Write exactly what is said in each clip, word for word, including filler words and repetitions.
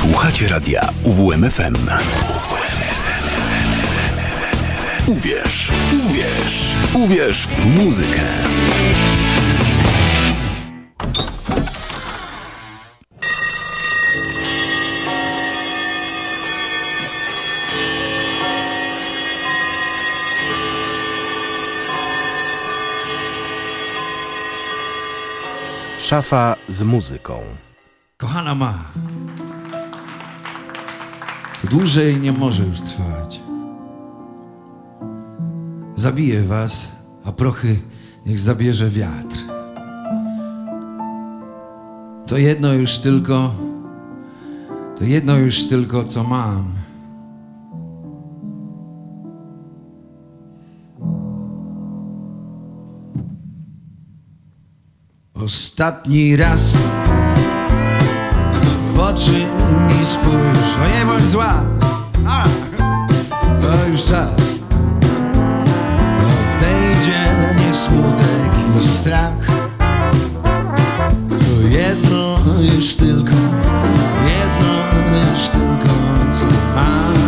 Słuchacie radia U W M F M. Uwierz, uwierz, uwierz w muzykę. Szafa z muzyką. Kochana ma, to dłużej nie może już trwać. Zabiję was, a prochy niech zabierze wiatr. To jedno już tylko, to jedno już tylko, co mam. Ostatni raz w oczy mi spójrz, no nie bądź zła, a, to już czas. Odejdzie niech smutek i strach. To jedno już tylko, jedno już tylko, co mam.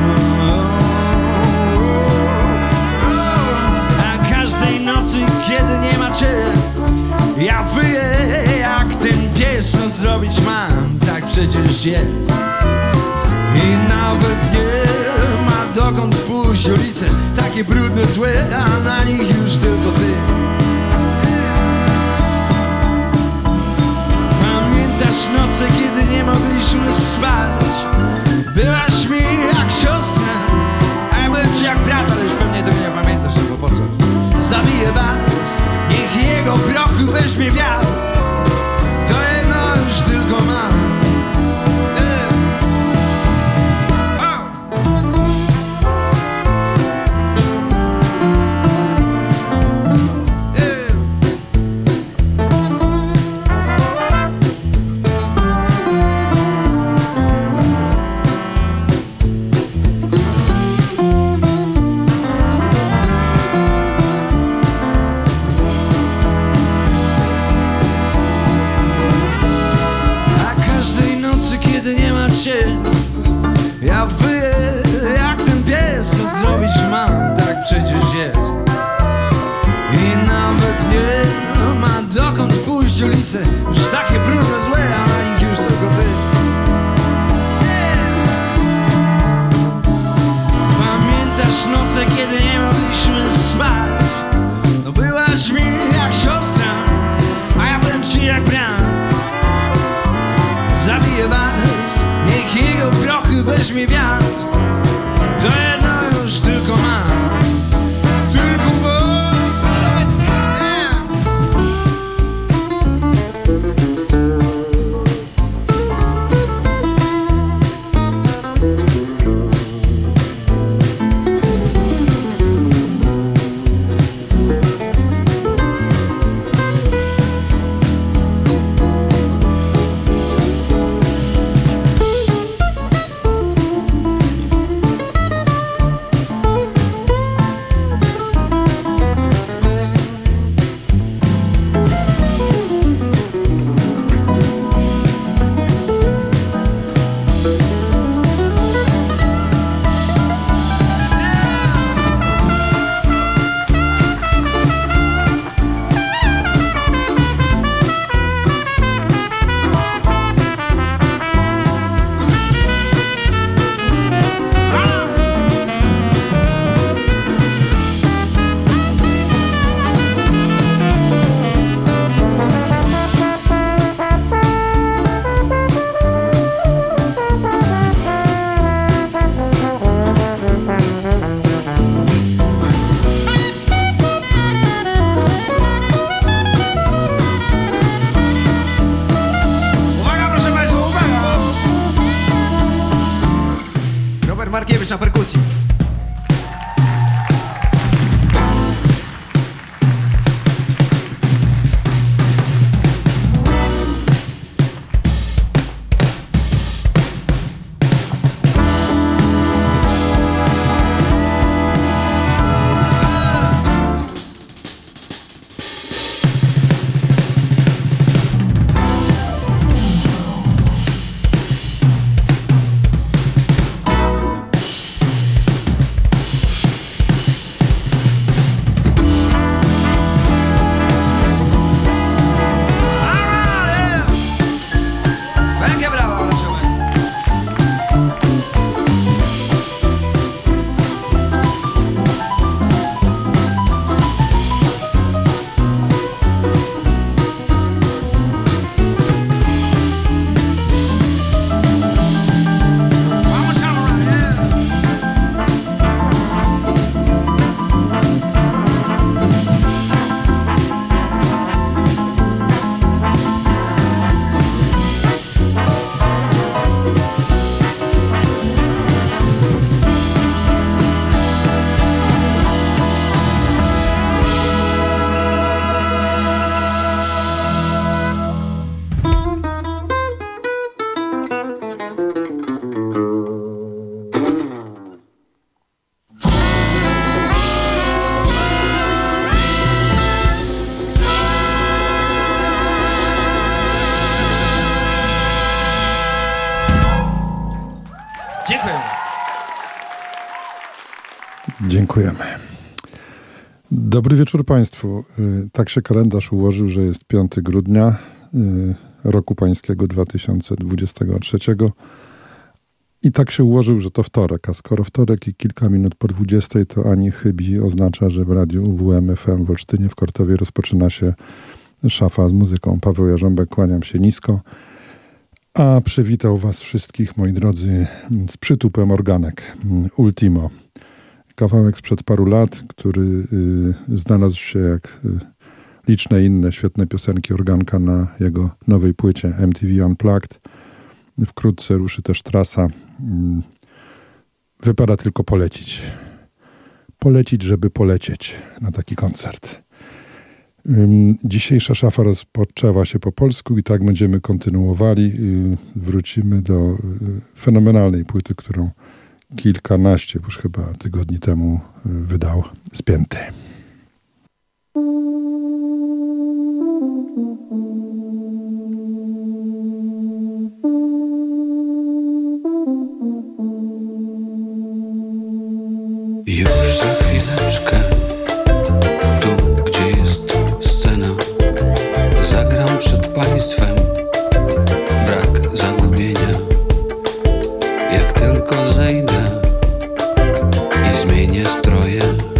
A każdej nocy, kiedy nie ma cię, ja wyję jak ten pies, co zrobić mam, tak przecież jest. I nawet nie ma dokąd pójść, ulice takie brudne, złe, a na nich już tylko ty. Pamiętasz noce, kiedy nie mogliśmy spać? Byłaś mi jak siostra, a ja byłem ci jak brat, ale już pewnie tego nie pamiętasz, bo po co? Zabiję was, niech jego prochy weźmie wiatr. To jedno już tylko mam. Ja wyję jak ten pies, co zrobić mam, tak przecież jest. I nawet nie ma dokąd pójść, ulice już takie brudne, złe, a na nich już tylko ty. Pamiętasz noce, kiedy nie mogliśmy spać? No byłaś mi jak siostra, a ja byłem ci jak brat. Zabiję was, niech jego prochy weźmie wiatr. To jedno już tylko mam. Tylko Wolowecki, yeah. Rękę brawa, proszę. Dziękujemy. Dobry wieczór Państwu. Tak się kalendarz ułożył, że jest piątego grudnia roku pańskiego dwa tysiące dwudziestego trzeciego i tak się ułożył, że to wtorek, a skoro wtorek i kilka minut po dwudziestej, to ani chybi oznacza, że w radiu U W M F M w Olsztynie w Kortowie rozpoczyna się szafa z muzyką. Paweł Jarząbek, kłaniam się nisko, a przywitał Was wszystkich, moi drodzy, z przytupem organek Ultimo. Kawałek sprzed paru lat, który y, znalazł się jak y, liczne inne świetne piosenki organka na jego nowej płycie M T V Unplugged. Wkrótce ruszy też trasa. Y, wypada tylko polecić. Polecić, żeby polecieć na taki koncert. Y, dzisiejsza szafa rozpoczęła się po polsku i tak będziemy kontynuowali. Y, wrócimy do y, fenomenalnej płyty, którą kilkanaście już chyba tygodni temu wydał Spięty. Już za chwileczkę, tu gdzie jest scena, zagram przed Państwem, brak zagubienia. Jak tylko zejdę i zmienię stroje,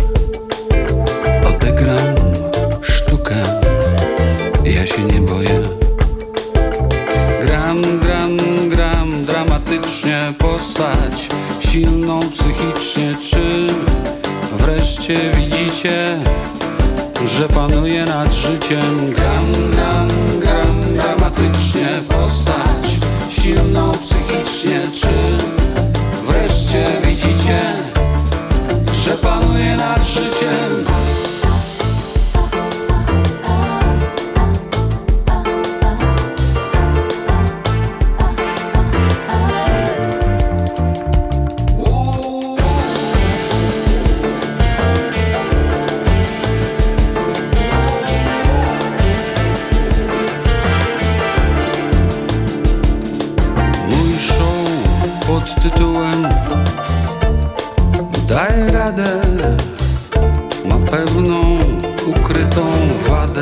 odegram sztukę, ja się nie boję. Gram, gram, gram dramatycznie postać, silną psychicznie. Czy wreszcie widzicie, że panuję nad życiem? Gram, gram, gram dramatycznie postać, silną psychicznie. Czy wreszcie widzicie, że panuję nad życiem? Tytułem Daj radę, ma pewną ukrytą wadę.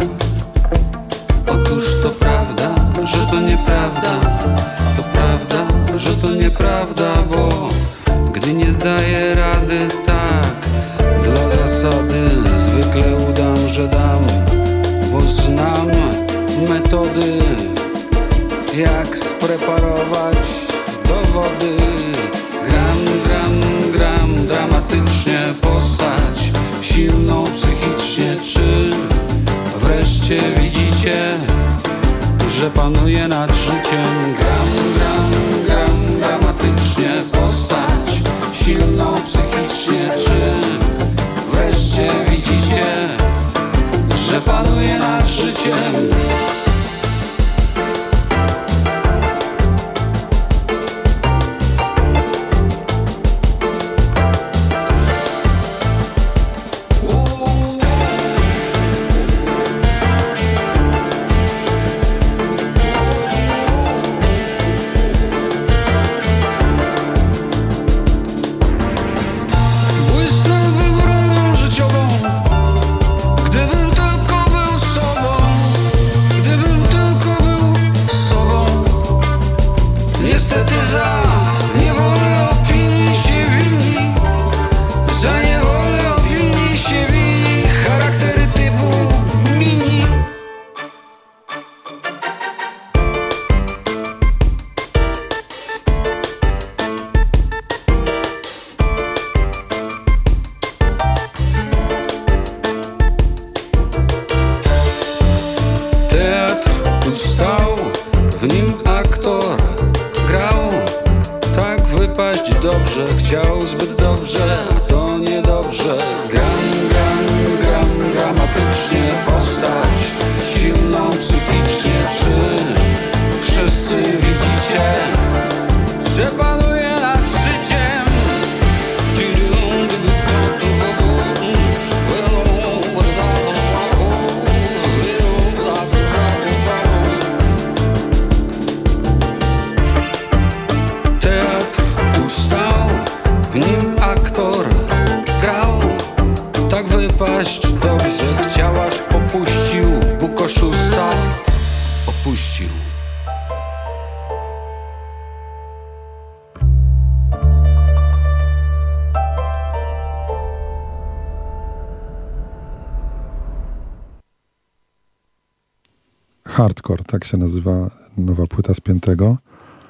Otóż to prawda, że to nieprawda, to prawda, że to nieprawda, bo gdy nie daję rady tak, dla zasady zwykle udam, że dam, bo znam metody, jak spreparować dowody. Gram, gram, gram dramatycznie postać, silną psychicznie. Czy wreszcie widzicie, że panuję nad życiem? Gram, gram, gram dramatycznie postać, silną psychicznie. Czy wreszcie widzicie, że panuję nad życiem? dobrze, chciał zbyt dobrze, a to niedobrze. Gram, gram, gram, dramatycznie postać silną psychicznie. Czy wszyscy widzicie, że panuje nad życiem? Teatr tu stał, w nim aktor grał. Tak wypaść dobrze chciałaś, popuścił, Bóg oszusta opuścił. Hardcore, tak się nazywa nowa płyta Spiętego.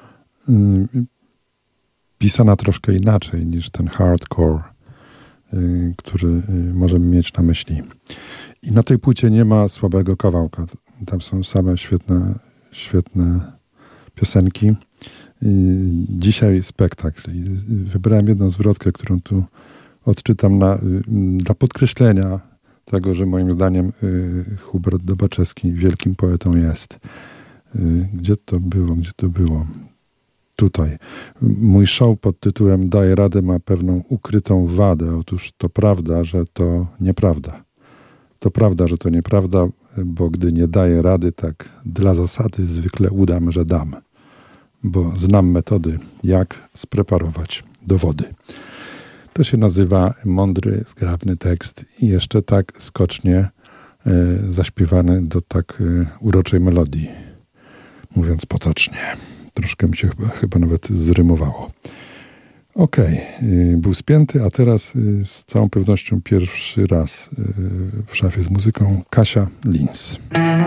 Pisana troszkę inaczej niż ten hardcore, który możemy mieć na myśli. I na tej płycie nie ma słabego kawałka. Tam są same świetne, świetne piosenki. I dzisiaj spektakl. I wybrałem jedną zwrotkę, którą tu odczytam na, dla podkreślenia tego, że moim zdaniem Hubert Dobaczewski wielkim poetą jest. Gdzie to było? Gdzie to było? Tutaj. Mój show pod tytułem Daję radę ma pewną ukrytą wadę. Otóż to prawda, że to nieprawda. To prawda, że to nieprawda, bo gdy nie daję rady, tak dla zasady zwykle udam, że dam. Bo znam metody, jak spreparować do wody. To się nazywa mądry, zgrabny tekst i jeszcze tak skocznie e, zaśpiewany do tak e, uroczej melodii. Mówiąc potocznie. Troszkę mi się chyba, chyba nawet zrymowało. Okej, okay. Był spięty, a teraz y, z całą pewnością pierwszy raz y, w szafie z muzyką Kasia Lins.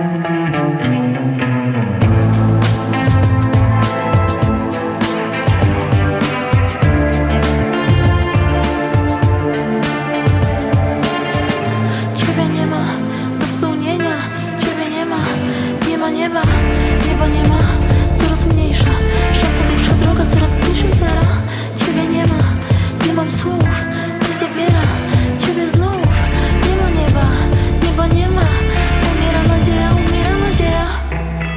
Ciebie nie ma do spełnienia, Ciebie nie ma, nie ma nieba, nieba nie ma, coraz mniejsza, szansa dłuższa droga, coraz bliżej zera. Ciebie nie ma, nie mam słów, coś zabiera, Ciebie znów, nie ma nieba, nieba nie ma, umiera nadzieja, umiera nadzieja.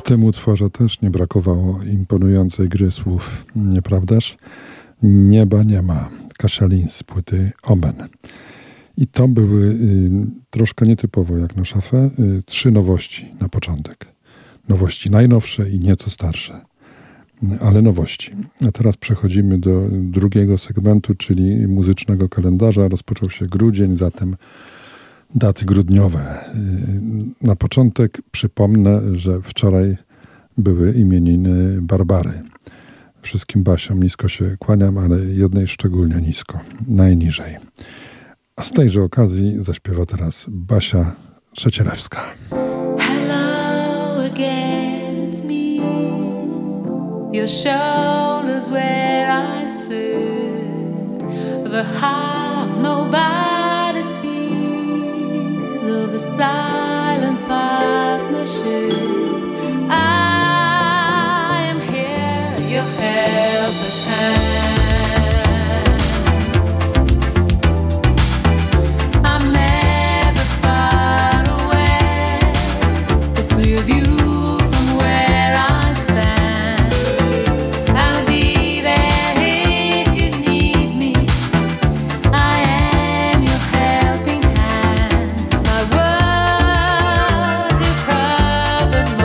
tym utworze też nie brakowało imponującej gry słów, nieprawdaż? Nieba nie ma. Kasia Lin z płyty Omen. I to były y, troszkę nietypowo jak na szafę, y, trzy nowości na początek. Nowości najnowsze i nieco starsze, ale nowości. A teraz przechodzimy do drugiego segmentu, czyli muzycznego kalendarza. Rozpoczął się grudzień, zatem daty grudniowe. Y, na początek przypomnę, że wczoraj były imieniny Barbary. Wszystkim Basiom nisko się kłaniam, ale jednej szczególnie nisko, najniżej. A z tejże okazji zaśpiewa teraz Basia Trzecielewska. Hello again, it's me. Your shoulders where I sit. The half nobody sees of a silent partnership. I am here, your helpless hand. The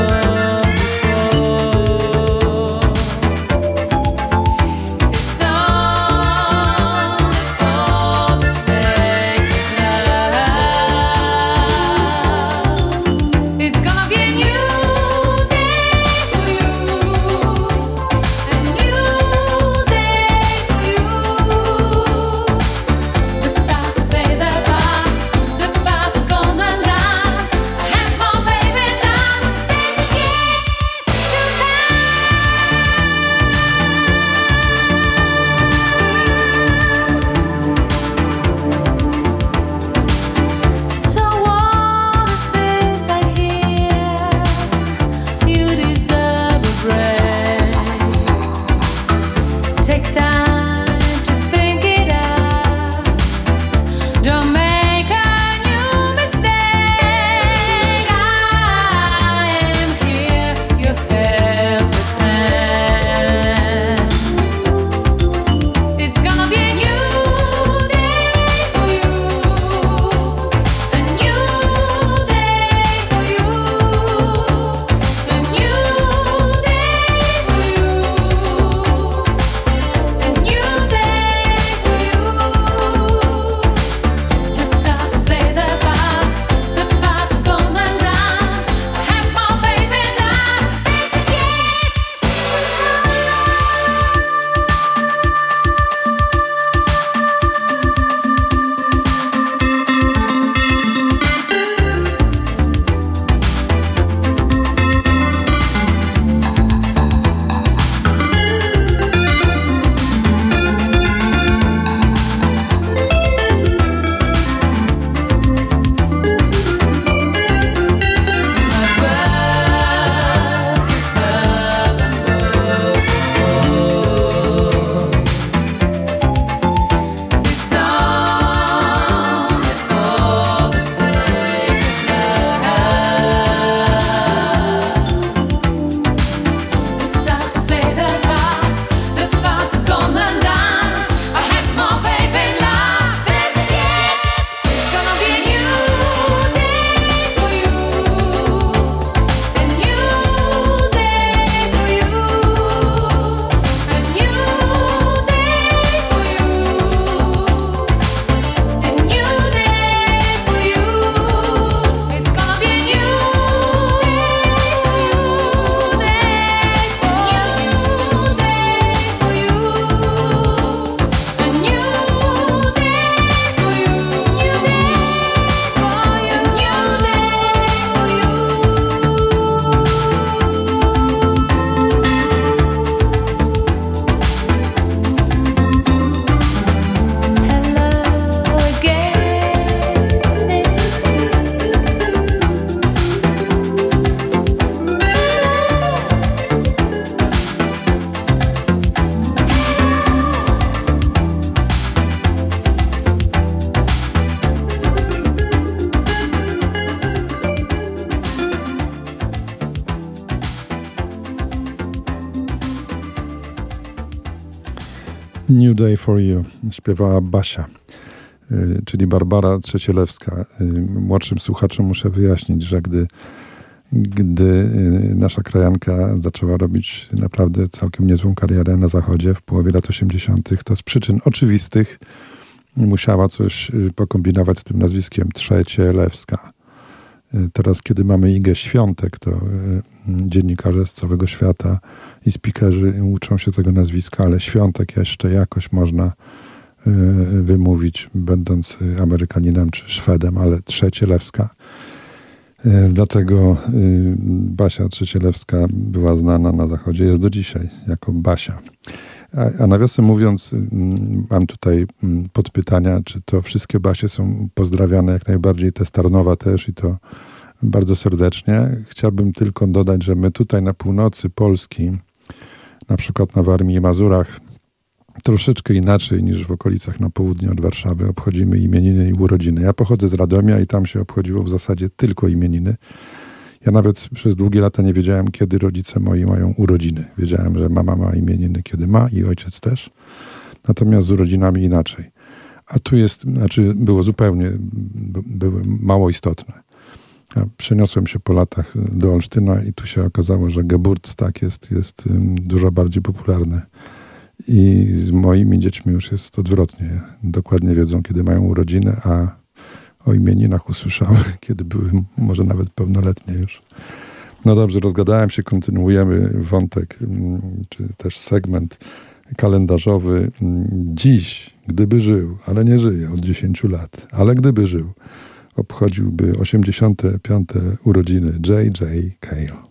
New Day for You śpiewała Basia, czyli Barbara Trzecielewska. Młodszym słuchaczom muszę wyjaśnić, że gdy, gdy nasza krajanka zaczęła robić naprawdę całkiem niezłą karierę na zachodzie w połowie lat osiemdziesiątych, to z przyczyn oczywistych musiała coś pokombinować z tym nazwiskiem Trzecielewska. Teraz, kiedy mamy Igę Świątek, to dziennikarze z całego świata i speakerzy uczą się tego nazwiska, ale Świątek jeszcze jakoś można wymówić, będąc Amerykaninem czy Szwedem, ale Trzecielewska. Dlatego Basia Trzecielewska była znana na zachodzie, jest do dzisiaj jako Basia. A, a nawiasem mówiąc, mam tutaj podpytania, czy to wszystkie Basie są pozdrawiane, jak najbardziej te z Tarnowa też i to bardzo serdecznie. Chciałbym tylko dodać, że my tutaj na północy Polski, na przykład na Warmii i Mazurach, troszeczkę inaczej niż w okolicach na południe od Warszawy obchodzimy imieniny i urodziny. Ja pochodzę z Radomia i tam się obchodziło w zasadzie tylko imieniny. Ja nawet przez długie lata nie wiedziałem, kiedy rodzice moi mają urodziny. Wiedziałem, że mama ma imieniny, kiedy ma i ojciec też. Natomiast z urodzinami inaczej. A tu jest, znaczy było zupełnie, były mało istotne. Ja przeniosłem się po latach do Olsztyna i tu się okazało, że Geburtstag jest, jest dużo bardziej popularny. I z moimi dziećmi już jest odwrotnie. Dokładnie wiedzą, kiedy mają urodziny, a o imieninach usłyszały, kiedy były może nawet pełnoletnie już. No dobrze, rozgadałem się, kontynuujemy wątek, czy też segment kalendarzowy. Dziś, gdyby żył, ale nie żyje od dziesięciu lat, ale gdyby żył, obchodziłby osiemdziesiąte piąte urodziny J J. Cale.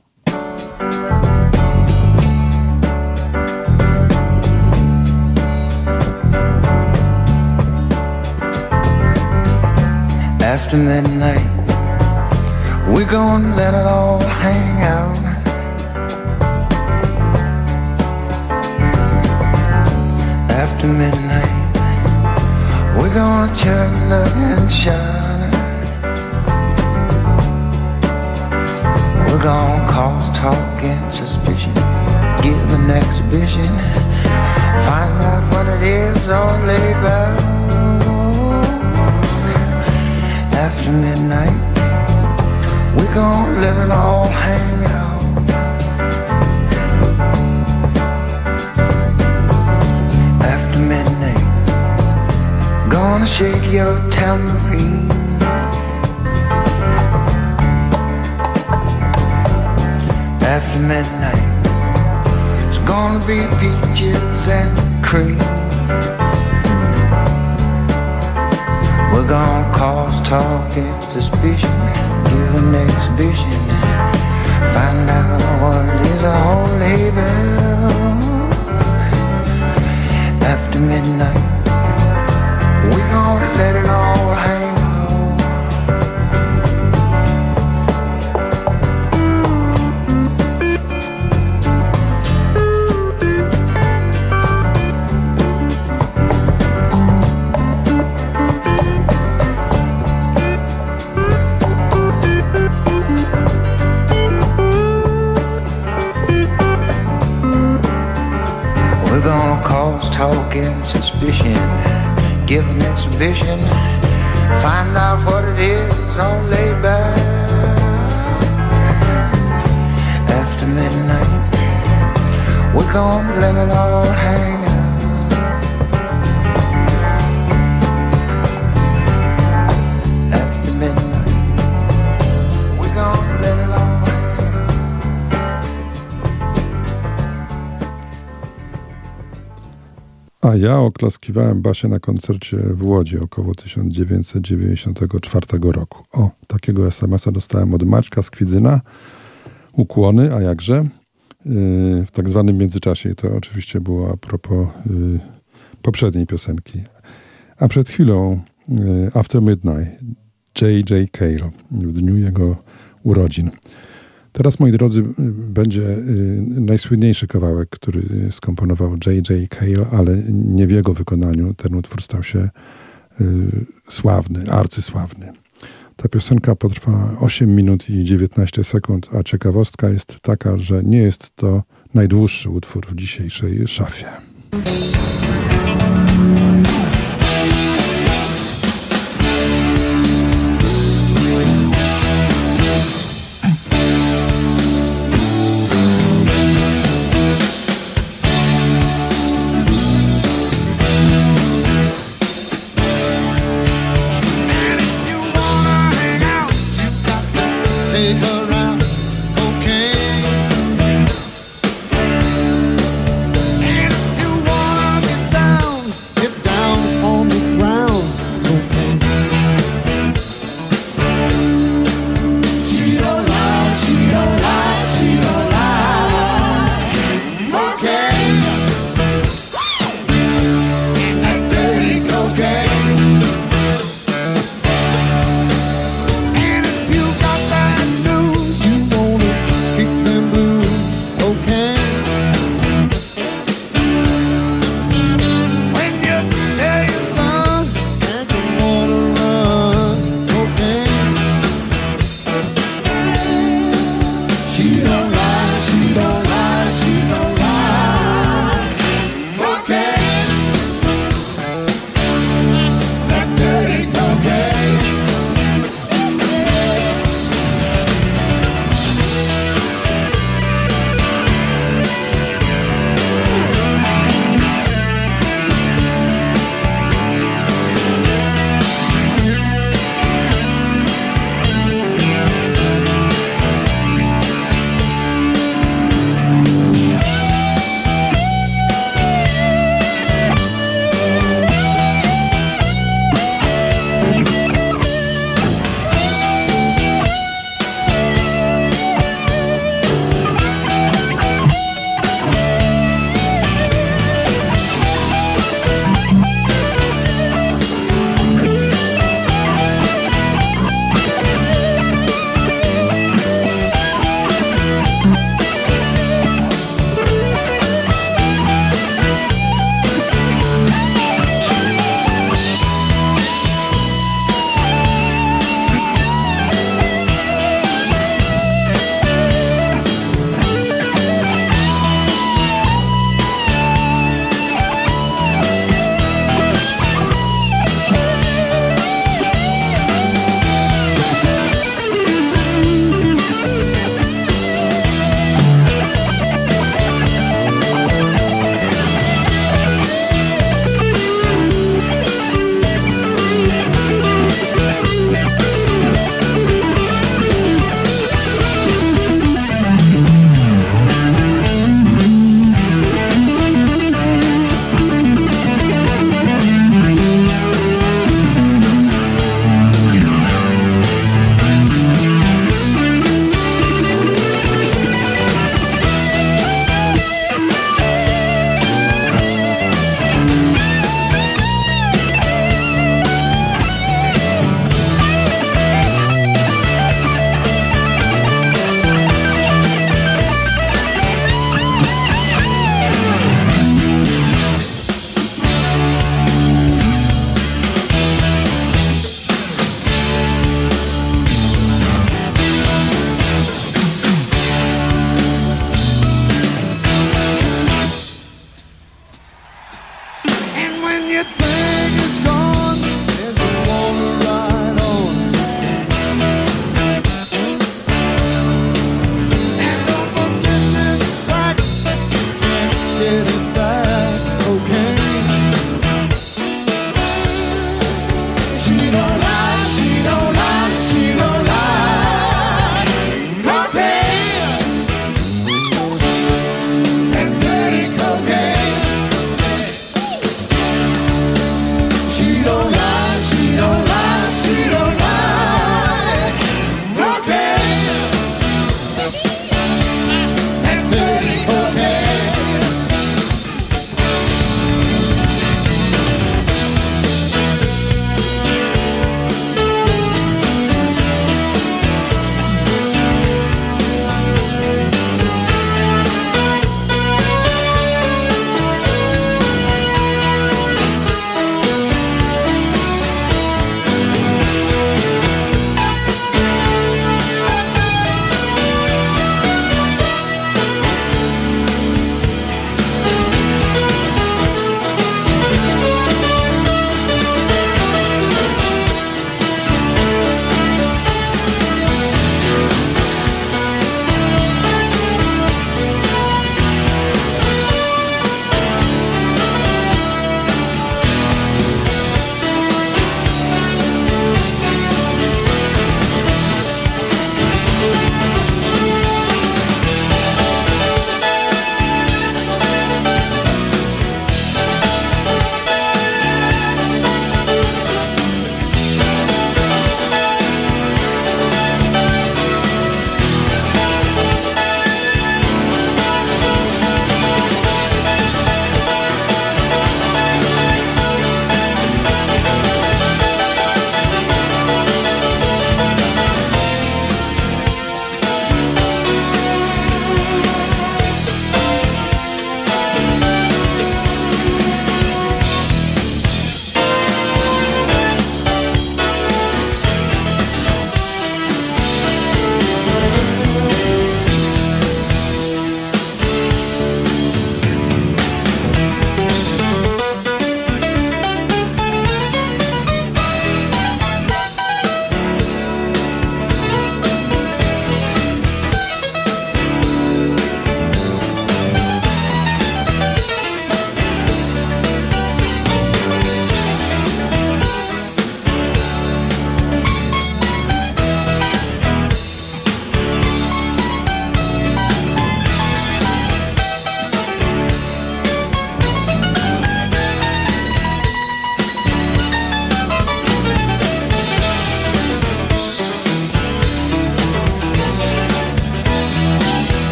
After midnight, we're gonna let it all hang out. After midnight, we're gonna chug, look and shine. We're gonna cause talk and suspicion, give an exhibition, find out what it is all about. After midnight, we're gonna let it all hang out. After midnight, gonna shake your tambourine. After midnight, it's gonna be peaches and cream. We're gonna cause talk and suspicion, give an exhibition, find out what it is all about. After midnight, we're gonna let it all hang out. Talk and suspicion, give an exhibition, find out what it is all laid back. After midnight, we're gonna let it all hang out. After midnight, we're gonna let it all hang out. A ja oklaskiwałem Basię na koncercie w Łodzi około tysiąc dziewięćset dziewięćdziesiątego czwartego roku. O, takiego es em es a dostałem od Maćka z Kwidzyna. Ukłony, a jakże? Yy, w tak zwanym międzyczasie. I to oczywiście było a propos yy, poprzedniej piosenki. A przed chwilą yy, After Midnight J J. Cale w dniu jego urodzin. Teraz, moi drodzy, będzie y, najsłynniejszy kawałek, który skomponował J J. Cale, ale nie w jego wykonaniu. Ten utwór stał się y, sławny, arcysławny. Ta piosenka potrwa osiem minut i dziewiętnaście sekund, a ciekawostka jest taka, że nie jest to najdłuższy utwór w dzisiejszej szafie.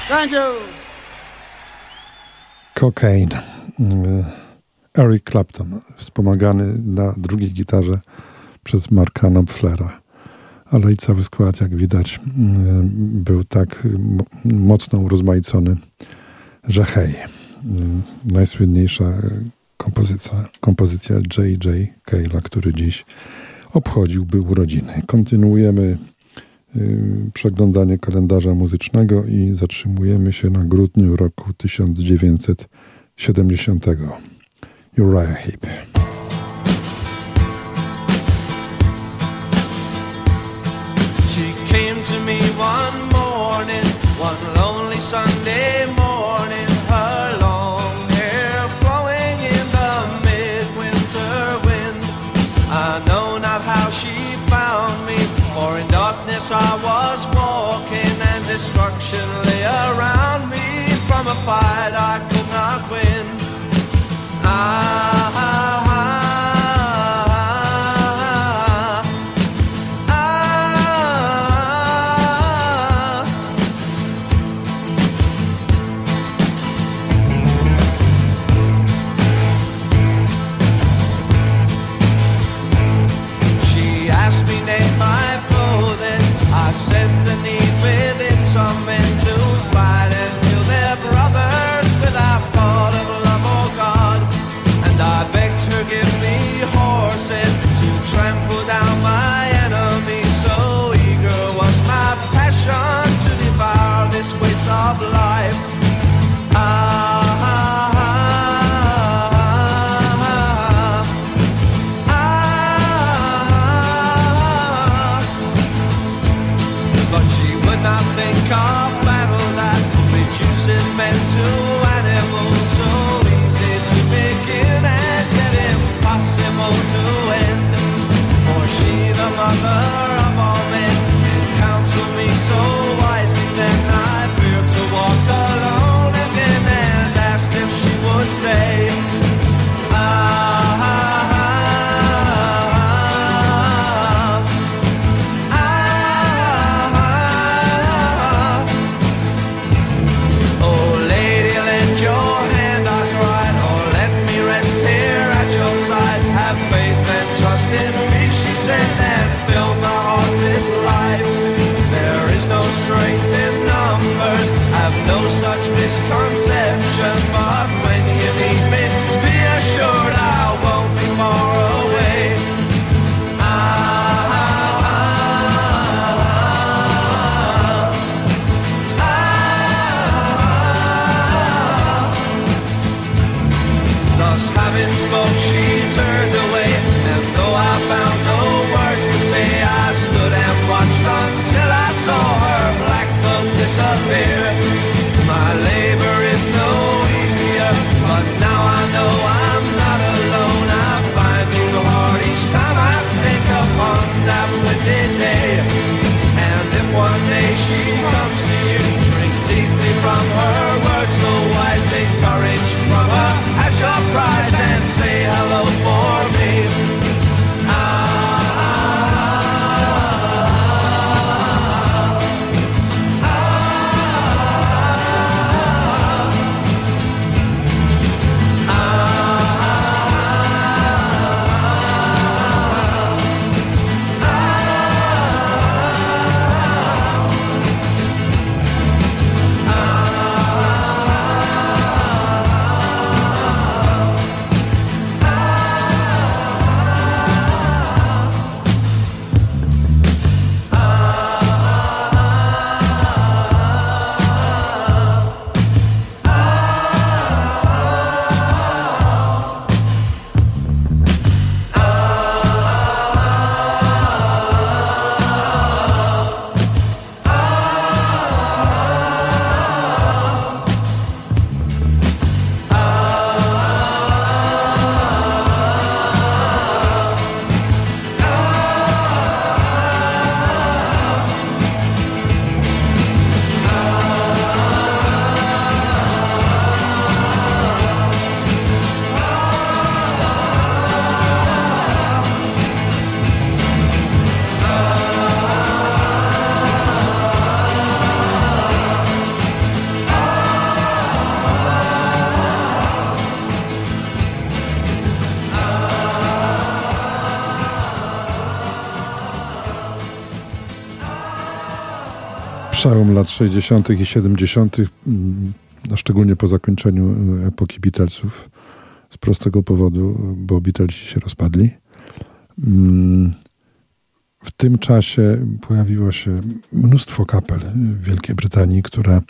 Thank you. Cocaine. Eric Clapton, wspomagany na drugiej gitarze przez Marka Knopflera. Ale i cały skład, jak widać, był tak mocno urozmaicony, że hej, najsłynniejsza kompozycja, kompozycja J J Cale'a, który dziś obchodziłby urodziny. Kontynuujemy przeglądanie kalendarza muzycznego i zatrzymujemy się na grudniu roku tysiąc dziewięćset siedemdziesiątego. Uriah Heep. She came to me one morning, one lonely Sunday morning, her long hair flowing in the midwinter wind. I know not how she found me, for in darkness I was walking and destruction lay around me from a fight I could not win. I, I, I I said the need within some men to fight and kill their brothers without thought of love or God. And I begged her give me horses to trample down my enemies. So eager was my passion to devour this waste of life. Ah, think of battle that reduces men to animals, so easy to begin and yet impossible to end. For she, the mother of all men, can counsel me so wisely, then I feared to walk alone again and asked if she would stay. Ah, ah, ah. And fill my heart with life. There is no strength in numbers, have no such misconception. But when you meet me, be assured I won't be far away. Ah, ah, ah, ah, ah. Thus having spoke, she turned away, and though I found no words to say, I stood and watched until I saw her black cloak disappear. My labor is no easier, but now I know I'm not alone. I find new heart each time I think upon that wicked day. And if one day she comes to you, drink deeply from her words so wise, take courage from her at your prize and say hello Przełom lat sześćdziesiątych i siedemdziesiątych, a szczególnie po zakończeniu epoki Beatlesów, z prostego powodu, bo Beatlesi się rozpadli. W tym czasie pojawiło się mnóstwo kapel w Wielkiej Brytanii, które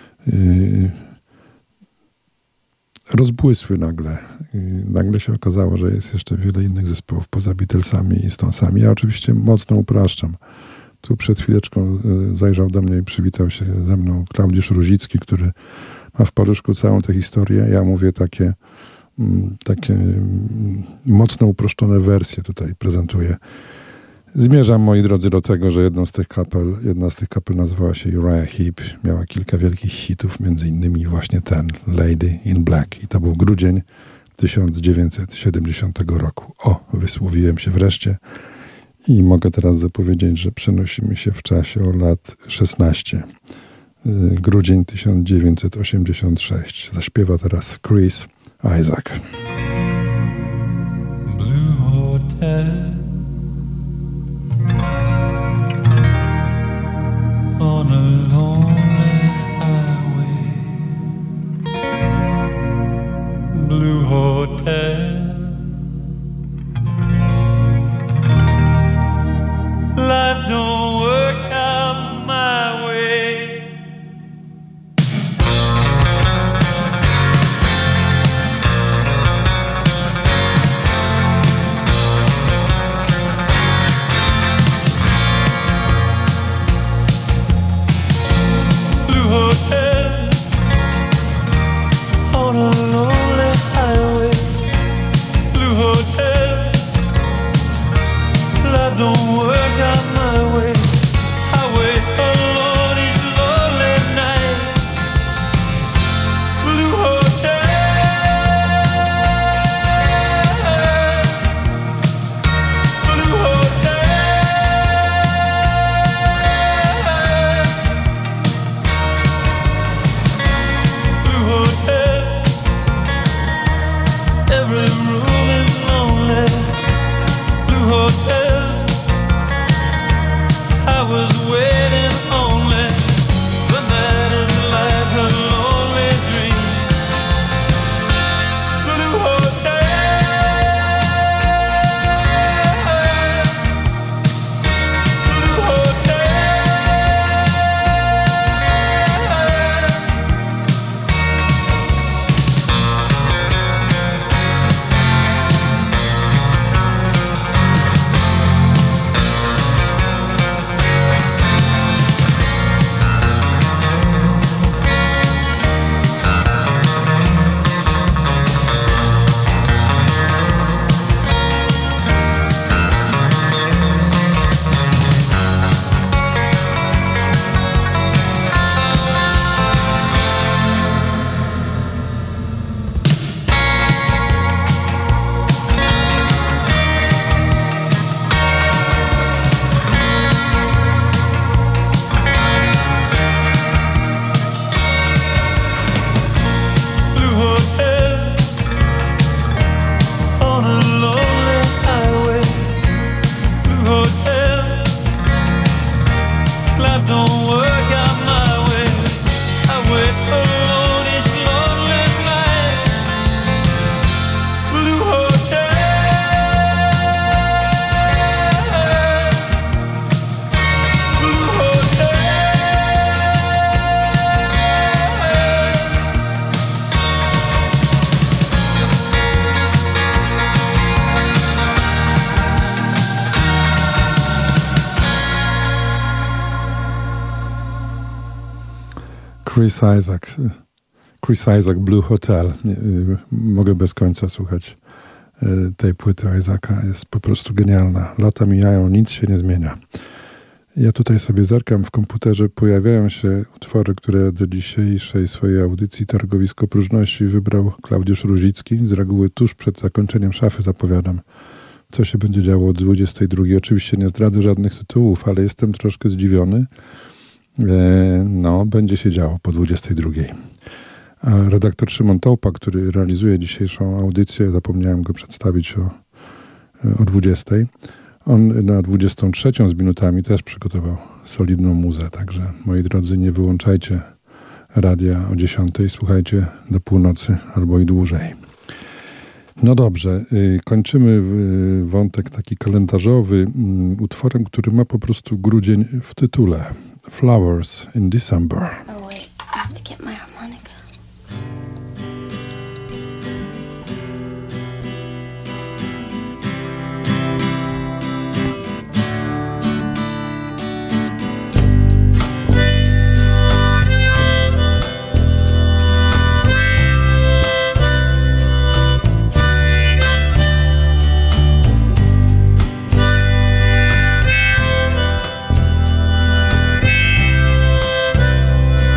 rozbłysły nagle. Nagle się okazało, że jest jeszcze wiele innych zespołów poza Beatlesami i Stonesami. Ja oczywiście mocno upraszczam. Tu przed chwileczką zajrzał do mnie i przywitał się ze mną Klaudiusz Ruzicki, który ma w paluszku całą tę historię. Ja mówię takie, takie mocno uproszczone wersje tutaj prezentuję. Zmierzam, moi drodzy, do tego, że jedną z tych kapel, jedna z tych kapel nazywała się Uriah Heep. Miała kilka wielkich hitów, między innymi właśnie ten, Lady in Black. I to był grudzień tysiąc dziewięćset siedemdziesiątego roku. O, wysłowiłem się wreszcie i mogę teraz zapowiedzieć, że przenosimy się w czasie o lat szesnaście. Grudzień tysiąc dziewięćset osiemdziesiąty szósty. Zaśpiewa teraz Chris Isaak. Blue Hotel on a lonely highway. Blue Hotel, life don't work out my way. Blue Hotel on a lonely highway. Blue Hotel, life don't work out my way. I wait alone each lonely night. Blue Hotel, Blue Hotel, Blue Hotel. Every room is lonely. Blue Hotel, I was waiting only. The night is like a lonely dream. Blue Hotel, Blue Hotel. Blue Hotel on a lonely highway. Blue Hotel, life don't work out my way. I wait alone each lonely night. Blue Hotel, Blue Hotel. Chris Isaak. Chris Isaak, Blue Hotel. Mogę bez końca słuchać tej płyty Isaaka. Jest po prostu genialna. Lata mijają, nic się nie zmienia. Ja tutaj sobie zerkam w komputerze. Pojawiają się utwory, które do dzisiejszej swojej audycji Targowisko Próżności wybrał Klaudiusz Ruzicki. Z reguły tuż przed zakończeniem szafy zapowiadam, co się będzie działo od dwudziestej drugiej. Oczywiście nie zdradzę żadnych tytułów, ale jestem troszkę zdziwiony. No, będzie się działo po dwudziestej drugiej. A redaktor Szymon Tołpa, który realizuje dzisiejszą audycję, zapomniałem go przedstawić o, o dwudziestej. On na dwudziestą trzecią z minutami też przygotował solidną muzę, także moi drodzy, nie wyłączajcie radia o dziesiątej, słuchajcie do północy albo i dłużej. No dobrze, y, kończymy y, wątek taki kalendarzowy y, utworem, który ma po prostu grudzień w tytule. Flowers in December. Oh wait, I have to get my harmonica. Flowers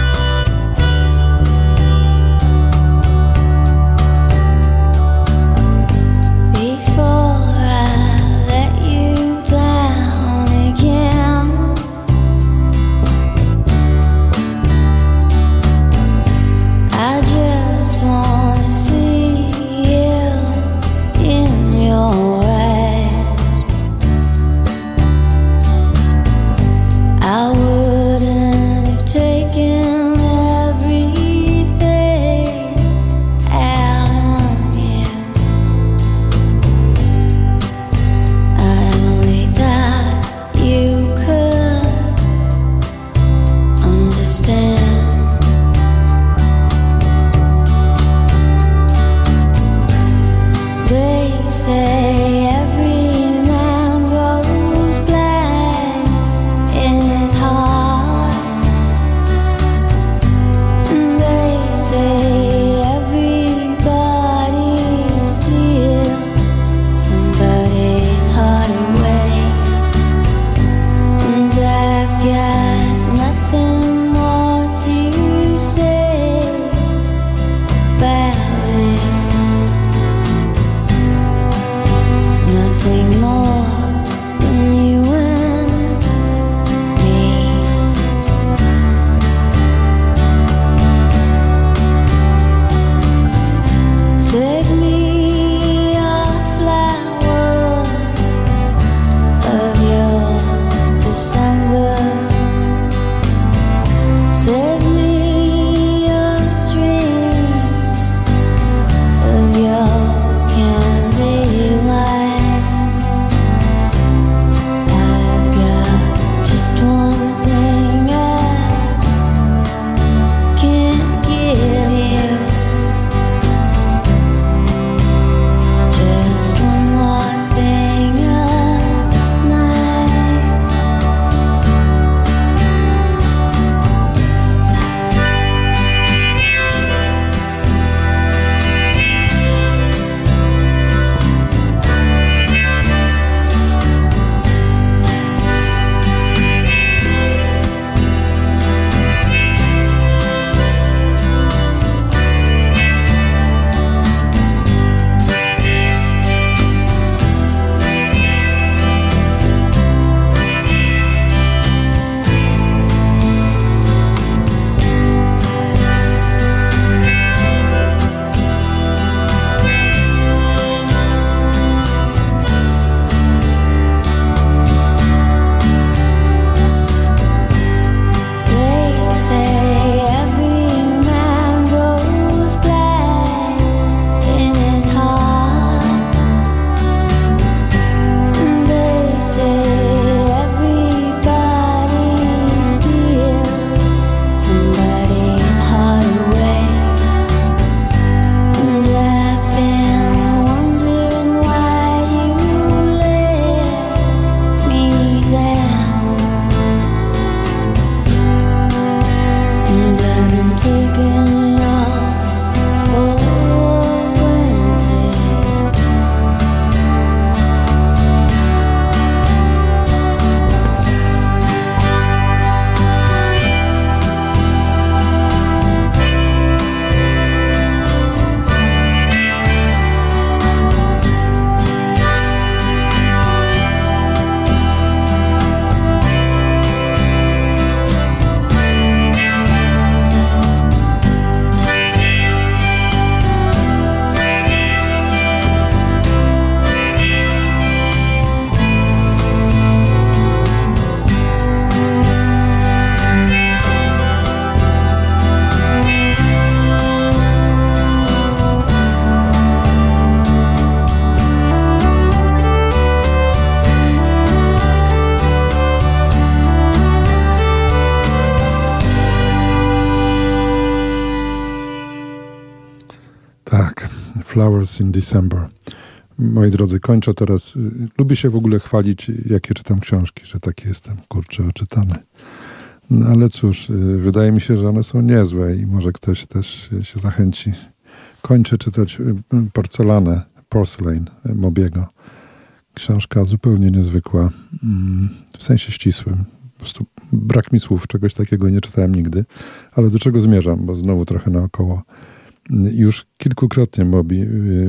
Flowers in December. Moi drodzy, kończę teraz. Lubię się w ogóle chwalić, jakie czytam książki, że taki jestem, kurczę, oczytany. No ale cóż, wydaje mi się, że one są niezłe i może ktoś też się zachęci. Kończę czytać Porcelanę, Porcelain Mobiego. Książka zupełnie niezwykła, w sensie ścisłym. Po prostu brak mi słów, czegoś takiego nie czytałem nigdy. Ale do czego zmierzam, bo znowu trochę naokoło. Już kilkukrotnie Moby,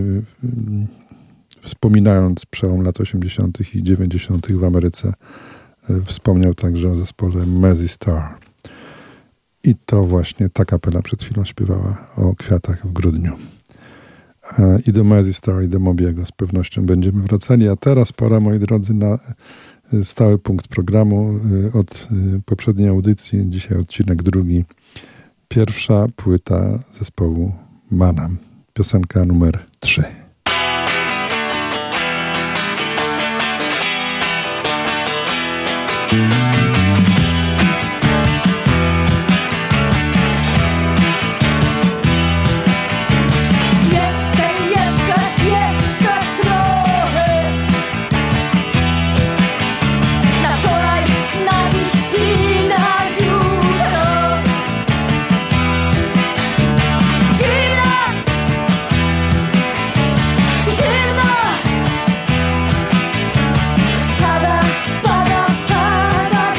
wspominając przełom lat osiemdziesiątych i dziewięćdziesiątych w Ameryce, wspomniał także o zespole Mazzy Star. I to właśnie ta kapela przed chwilą śpiewała o kwiatach w grudniu. I do Mazzy Star, i do Mobiego z pewnością będziemy wracali. A teraz pora, moi drodzy, na stały punkt programu od poprzedniej audycji. Dzisiaj odcinek drugi. Pierwsza płyta zespołu Manam. Piosenka numer trzy. Pada, pada, pada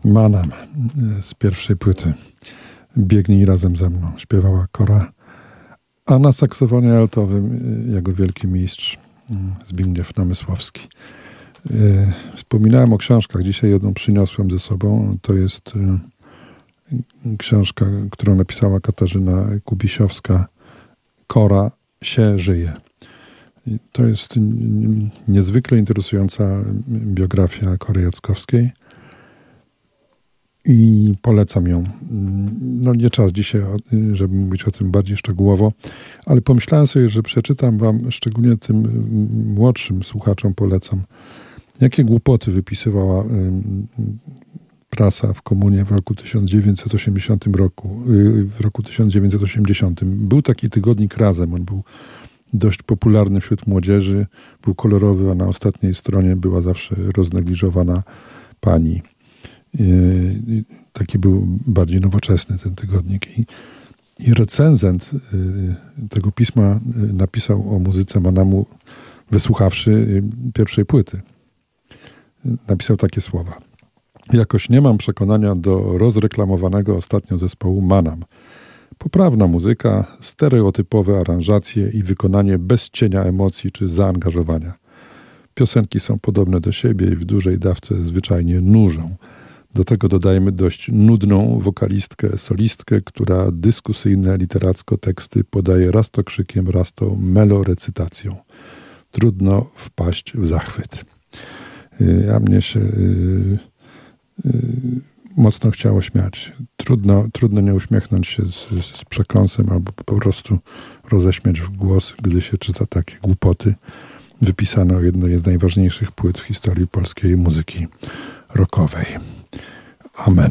Manam z pierwszej płyty. Biegnij razem ze mną, śpiewała Kora. A na saksofonie altowym jego wielki mistrz Zbigniew Namysłowski. Wspominałem o książkach, dzisiaj jedną przyniosłem ze sobą. To jest książka, którą napisała Katarzyna Kubisiowska. Kora się żyje. To jest niezwykle interesująca biografia Kory Jackowskiej i polecam ją. No nie czas dzisiaj, żeby mówić o tym bardziej szczegółowo, ale pomyślałem sobie, że przeczytam wam, szczególnie tym młodszym słuchaczom polecam, jakie głupoty wypisywała prasa w komunie w roku tysiąc dziewięćset osiemdziesiątym roku, w roku tysiąc dziewięćset osiemdziesiątym. Był taki tygodnik Razem, on był dość popularny wśród młodzieży, był kolorowy, a na ostatniej stronie była zawsze roznegliżowana pani. I taki był bardziej nowoczesny ten tygodnik. I, i recenzent tego pisma napisał o muzyce Manamu, wysłuchawszy pierwszej płyty. Napisał takie słowa. Jakoś nie mam przekonania do rozreklamowanego ostatnio zespołu Manam. Poprawna muzyka, stereotypowe aranżacje i wykonanie bez cienia emocji czy zaangażowania. Piosenki są podobne do siebie i w dużej dawce zwyczajnie nużą. Do tego dodajemy dość nudną wokalistkę, solistkę, która dyskusyjne literacko teksty podaje raz to krzykiem, raz to melorecytacją. Trudno wpaść w zachwyt. A mnie się yy, yy, mocno chciało śmiać. Trudno, trudno nie uśmiechnąć się z, z przekąsem albo po prostu roześmiać w głos, gdy się czyta takie głupoty wypisane o jednej z najważniejszych płyt w historii polskiej muzyki rockowej. Amen.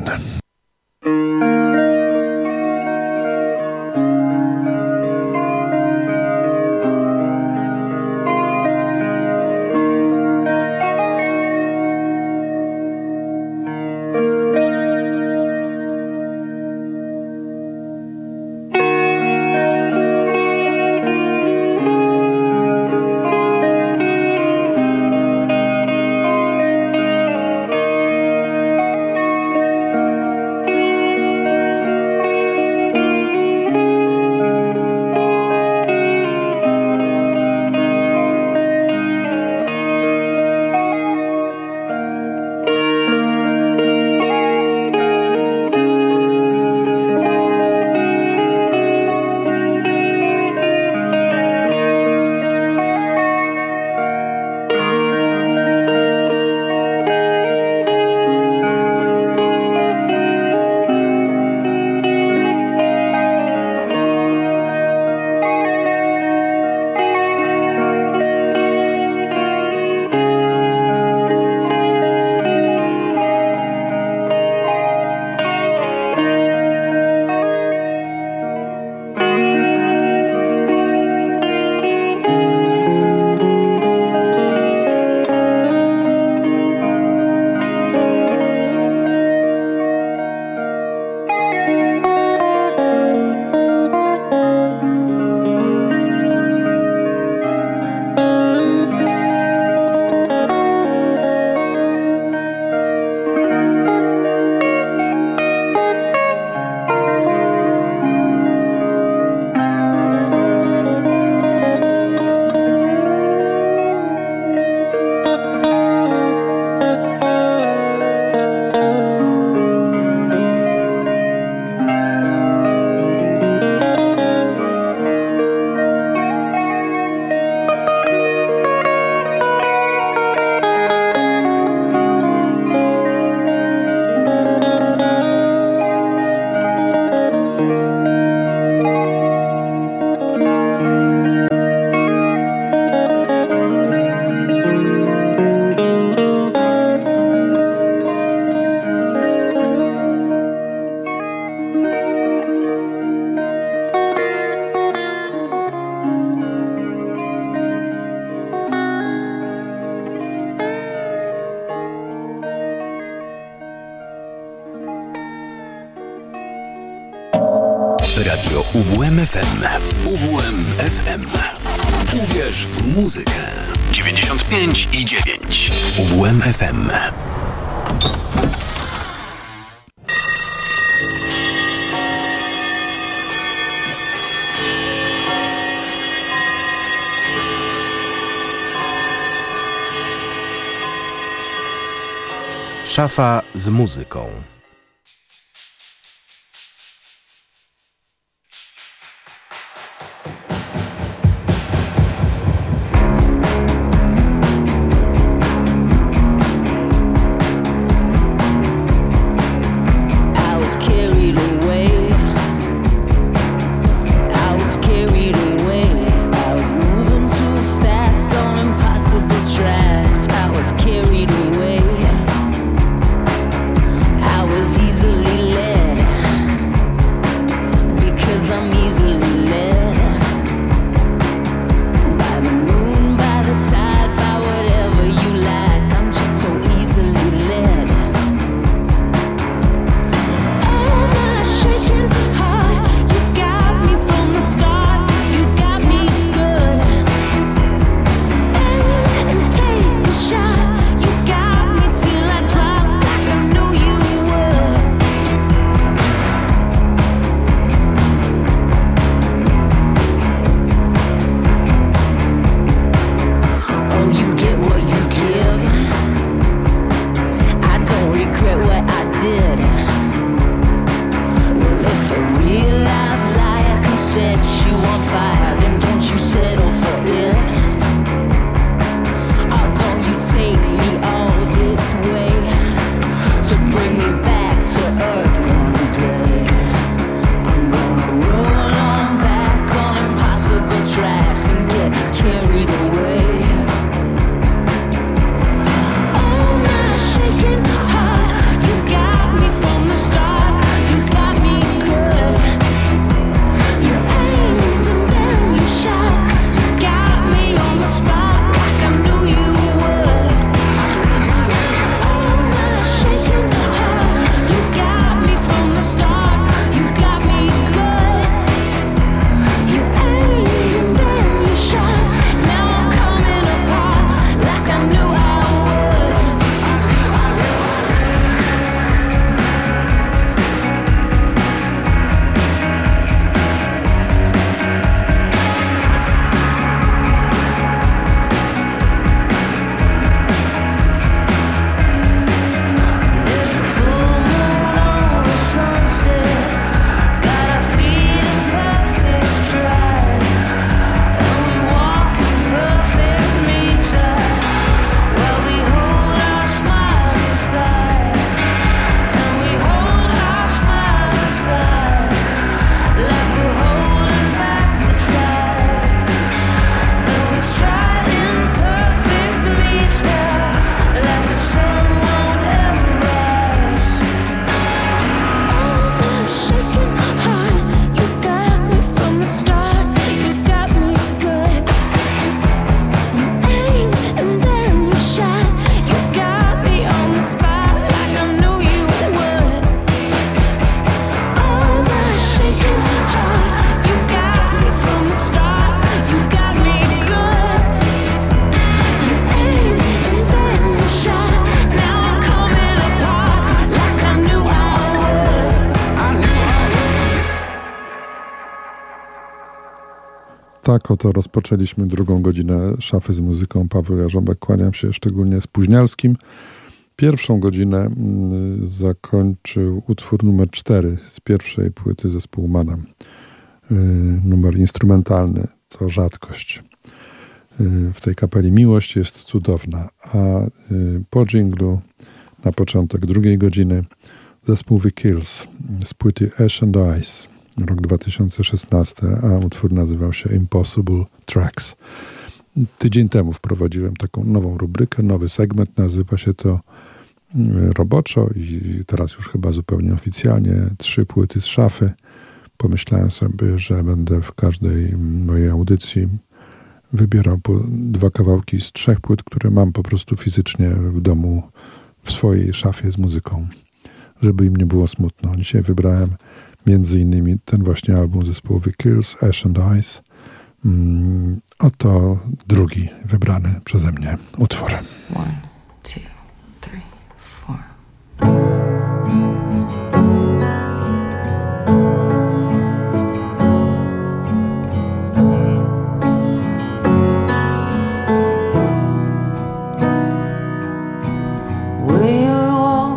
Radio U W M F M. U W M F M. Uwierz w muzykę. dziewięćdziesiąt pięć i dziewięć. U W M F M. Szafa z muzyką. Tak oto rozpoczęliśmy drugą godzinę Szafy z muzyką. Paweł Jarząbek, kłaniam się szczególnie spóźnialskim. Pierwszą godzinę y, zakończył utwór numer cztery z pierwszej płyty zespołu Manam. Y, numer instrumentalny to rzadkość. Y, w tej kapeli miłość jest cudowna, a y, po dżinglu na początek drugiej godziny zespół The Kills z płyty Ash and Ice, rok dwa tysiące szesnasty, a utwór nazywał się Impossible Tracks. Tydzień temu wprowadziłem taką nową rubrykę, nowy segment, nazywa się to roboczo i teraz już chyba zupełnie oficjalnie trzy płyty z szafy. Pomyślałem sobie, że będę w każdej mojej audycji wybierał po dwa kawałki z trzech płyt, które mam po prostu fizycznie w domu, w swojej szafie z muzyką, żeby im nie było smutno. Dzisiaj wybrałem między innymi ten właśnie album zespołu The Kills, Ash and Ice. Mm, oto drugi wybrany przeze mnie utwór. One, two, three, four. We were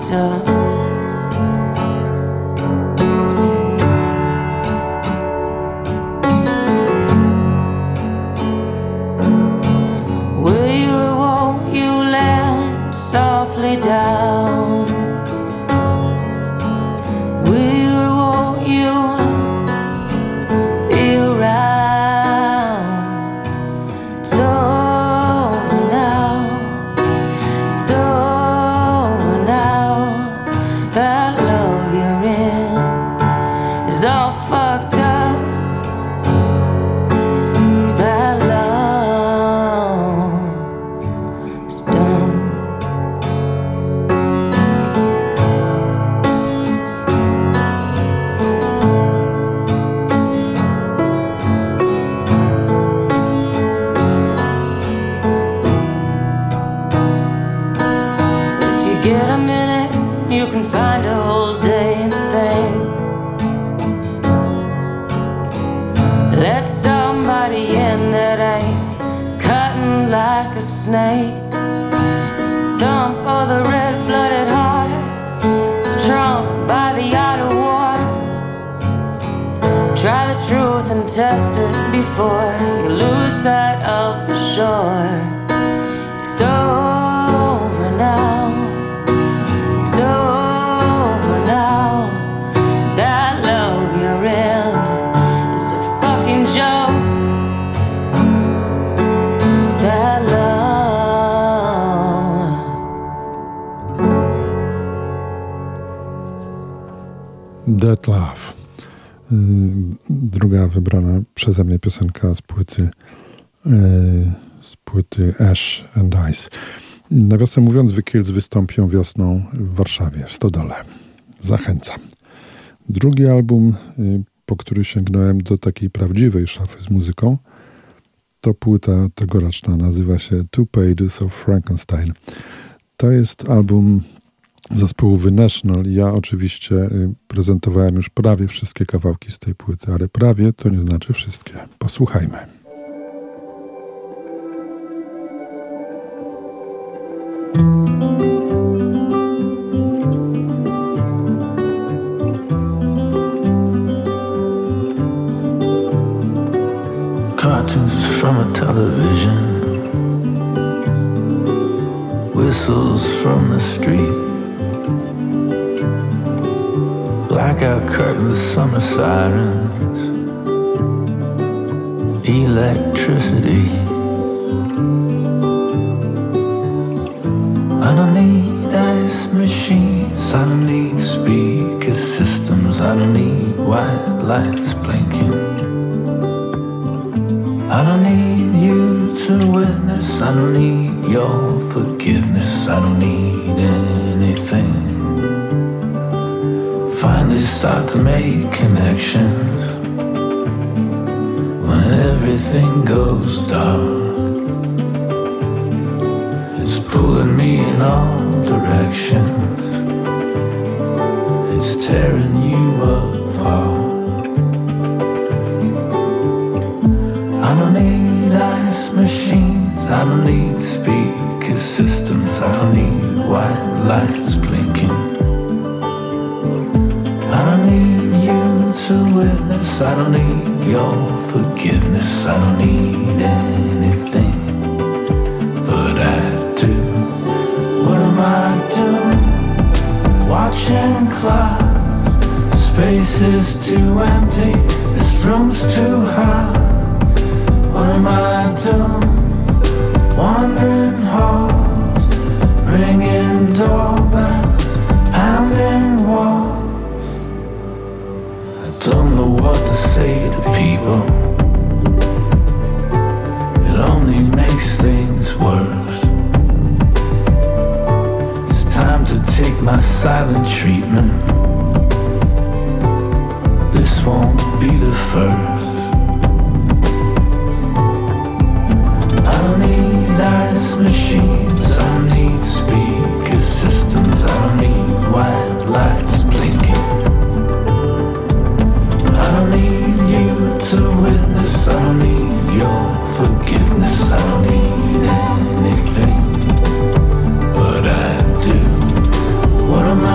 fucked up. Will you or won't you land softly down? Will you or won't you be around? It's over now. It's over now. That love you're in is all fucked up. That love is done. If you get a minute, you can find a whole day and think. Let somebody in that ain't cutting like a snake. Thump of the red-blooded heart, strung by the art of war. Try the truth and test it before you lose sight of the shore. It's over now. It's over now. That love you're in is a fucking joke. That love. That Love. Y, Druga wybrana przeze mnie piosenka z płyty y, z płyty Ash and Ice. Nawiasem mówiąc, The Kills wystąpią wiosną w Warszawie, w Stodole. Zachęcam. Drugi album, y, po który sięgnąłem do takiej prawdziwej szafy z muzyką, to płyta tegoroczna, nazywa się Two Pages of Frankenstein. To jest album zespołu The National. Ja oczywiście y, prezentowałem już prawie wszystkie kawałki z tej płyty, ale prawie to nie znaczy wszystkie. Posłuchajmy. Cartoons from a television, whistles from the street, blackout curtains, summer sirens, electricity. I don't need ice machines, I don't need speaker systems, I don't need white lights blinking. I don't need you to witness, I don't need your forgiveness, I don't need anything. Finally start to make connections when everything goes dark. It's pulling me in all directions, it's tearing you apart. I don't need ice machines, I don't need speaker systems, I don't need white lights blinking. I don't need you to witness, I don't need your forgiveness, I don't need anything. But I do, what am I doing? Watching clouds, space is too empty, this room's too hot. What am I doing? Wandering halls, ringing doorbells, pounding walls. I don't know what to say to people, it only makes things worse. It's time to take my silent treatment, this won't be the first. I don't need ice machines, I don't need speaker systems, I don't need white lights blinking. I don't need you to witness, I don't need your forgiveness, I don't need anything. But I do, what am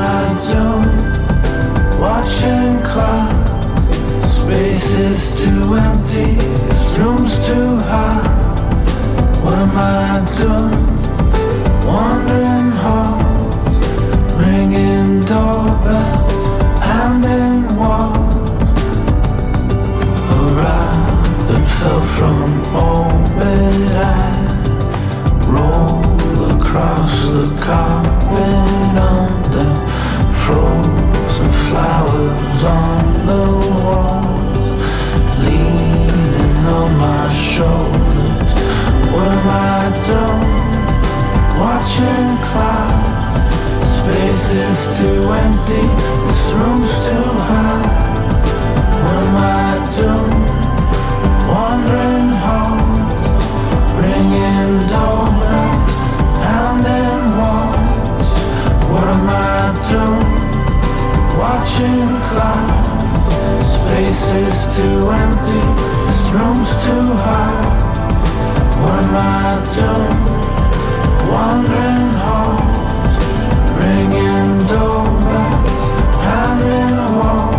watching clouds. Space is too empty, this room's too high. What am I doing? Wandering home, ringing doorbells, pounding walls. What am I doing? Watching clouds. Space is too empty, this room's too high. What am I doing? Wandering halls, ringing doorbells, pounding walls.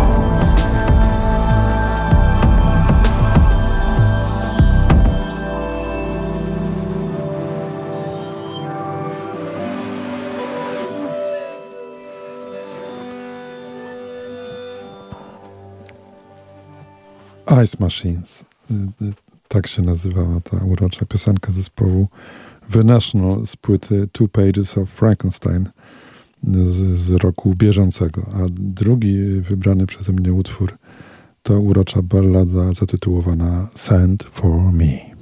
Ice Machines. Tak się nazywała ta urocza piosenka zespołu The National z płyty Two Pages of Frankenstein z, z roku bieżącego. A drugi wybrany przeze mnie utwór to urocza ballada zatytułowana Send for Me.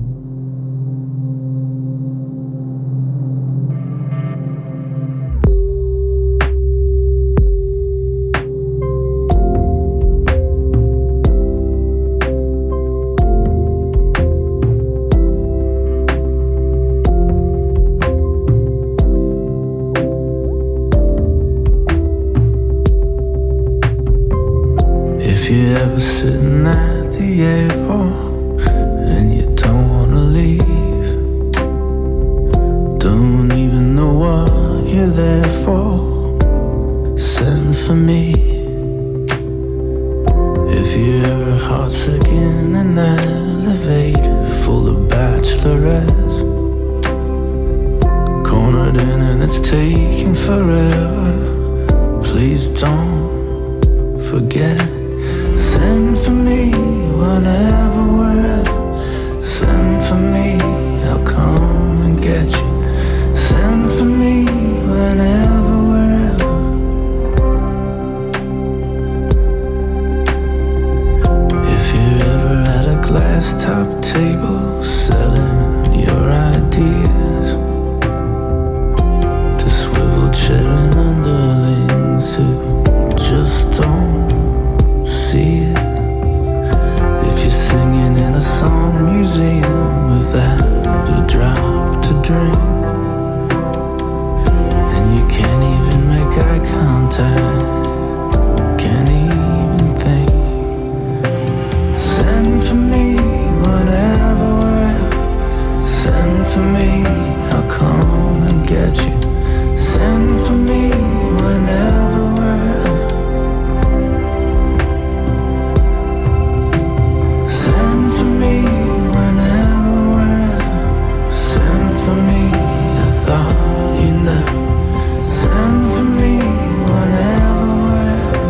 Sitting at the airport and you don't wanna leave. Don't even know what you're there for. Send for me. If you're ever heartsick in an elevator full of bachelorettes, cornered in and it's taking forever, please don't forget. Send for me whenever, wherever. Send for me, I'll come and get you. Send for me whenever, wherever. If you're ever at a glass top table selling your ideas to swivel chair and underlings who just don't see it. If you're singing in a song museum without a drop to drink, and you can't even make eye contact, can't even think. Send for me whenever, wherever. Send for me, I'll come and get you. Send for me whenever, wherever. Send for me whenever, wherever. Send for me, I thought you'd never. Send for me whenever, wherever.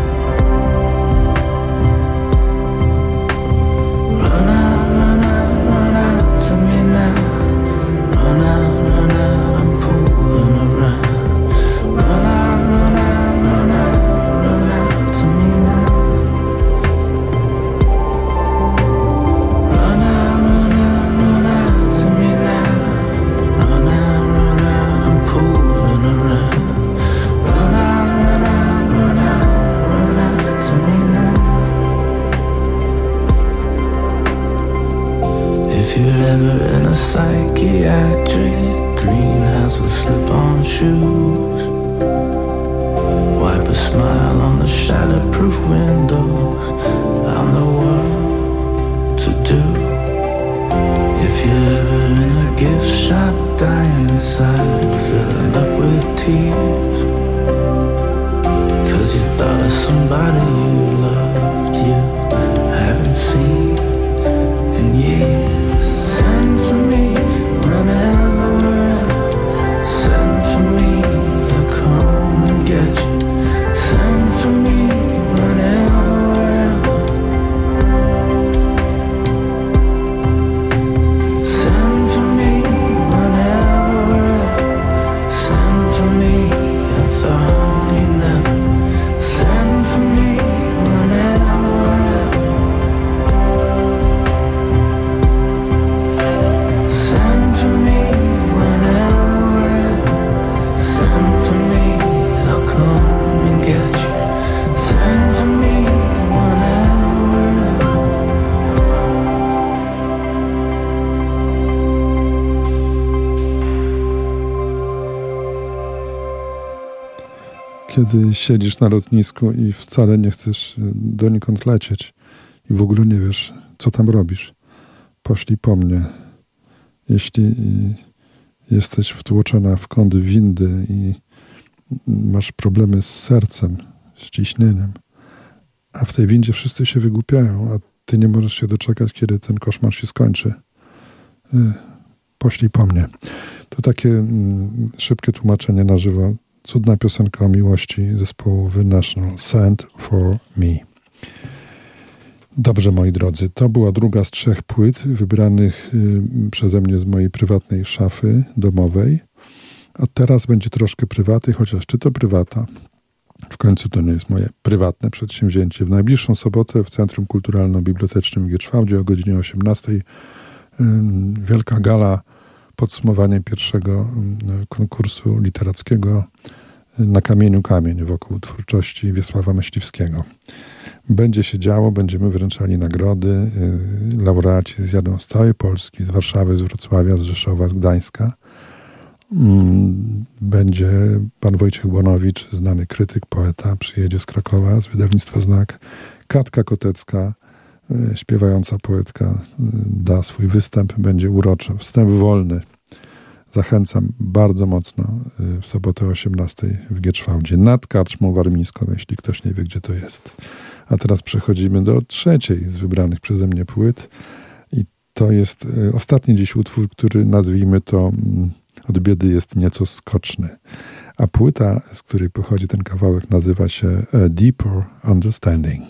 Run out, run out, run out to me now. Run out, run out, I'm pulling around. Run out, run out, run out, run out to me now. Run out, run out, run out to me now. Run out, run out, I'm pulling around. Run out, run out, run out, run out to me now. If you're ever in a psychiatric greenhouse with slip-on shoes, wipe a smile on the shatterproof windows, I'll know what to do. If you're ever in a gift shop dying inside, filling up with tears, cause you thought of somebody you loved you haven't seen in years. Send for me whenever, wherever. Send for me, I'll come and get you. Send for me whenever, wherever. Send for me whenever, wherever. Send for me, I thought you'd never. Send for me whenever, wherever. kiedy siedzisz na lotnisku i wcale nie chcesz donikąd lecieć i w ogóle nie wiesz, co tam robisz. Poszli po mnie. Jeśli jesteś wtłoczona w kąt windy i masz problemy z sercem, z ciśnieniem, a w tej windzie wszyscy się wygłupiają, a ty nie możesz się doczekać, kiedy ten koszmar się skończy. Poszli po mnie. To takie mm, szybkie tłumaczenie na żywo. Cudna piosenka o miłości zespołu The National. Send for Me. Dobrze, moi drodzy, to była druga z trzech płyt wybranych y, przeze mnie z mojej prywatnej szafy domowej. A teraz będzie troszkę prywaty, chociaż czy to prywata? W końcu to nie jest moje prywatne przedsięwzięcie. W najbliższą sobotę w Centrum Kulturalno-Bibliotecznym w Gierczwałdzie o godzinie osiemnastej y, wielka gala, podsumowanie pierwszego y, konkursu literackiego y, Na kamieniu kamień wokół twórczości Wiesława Myśliwskiego. Będzie się działo, będziemy wręczali nagrody. Y, laureaci zjadą z całej Polski, z Warszawy, z Wrocławia, z Rzeszowa, z Gdańska. Będzie pan Wojciech Błonowicz, znany krytyk, poeta, przyjedzie z Krakowa, z wydawnictwa Znak. Katka Kotecka, śpiewająca poetka, da swój występ, będzie uroczy. Wstęp wolny. Zachęcam bardzo mocno w sobotę o osiemnastej w Gierczwałdzie nad Karczmą Warmińską, jeśli ktoś nie wie, gdzie to jest. A teraz przechodzimy do trzeciej z wybranych przeze mnie płyt i to jest ostatni dziś utwór, który nazwijmy to Od biedy jest nieco skoczny. A płyta, z której pochodzi ten kawałek, nazywa się A Deeper Understanding.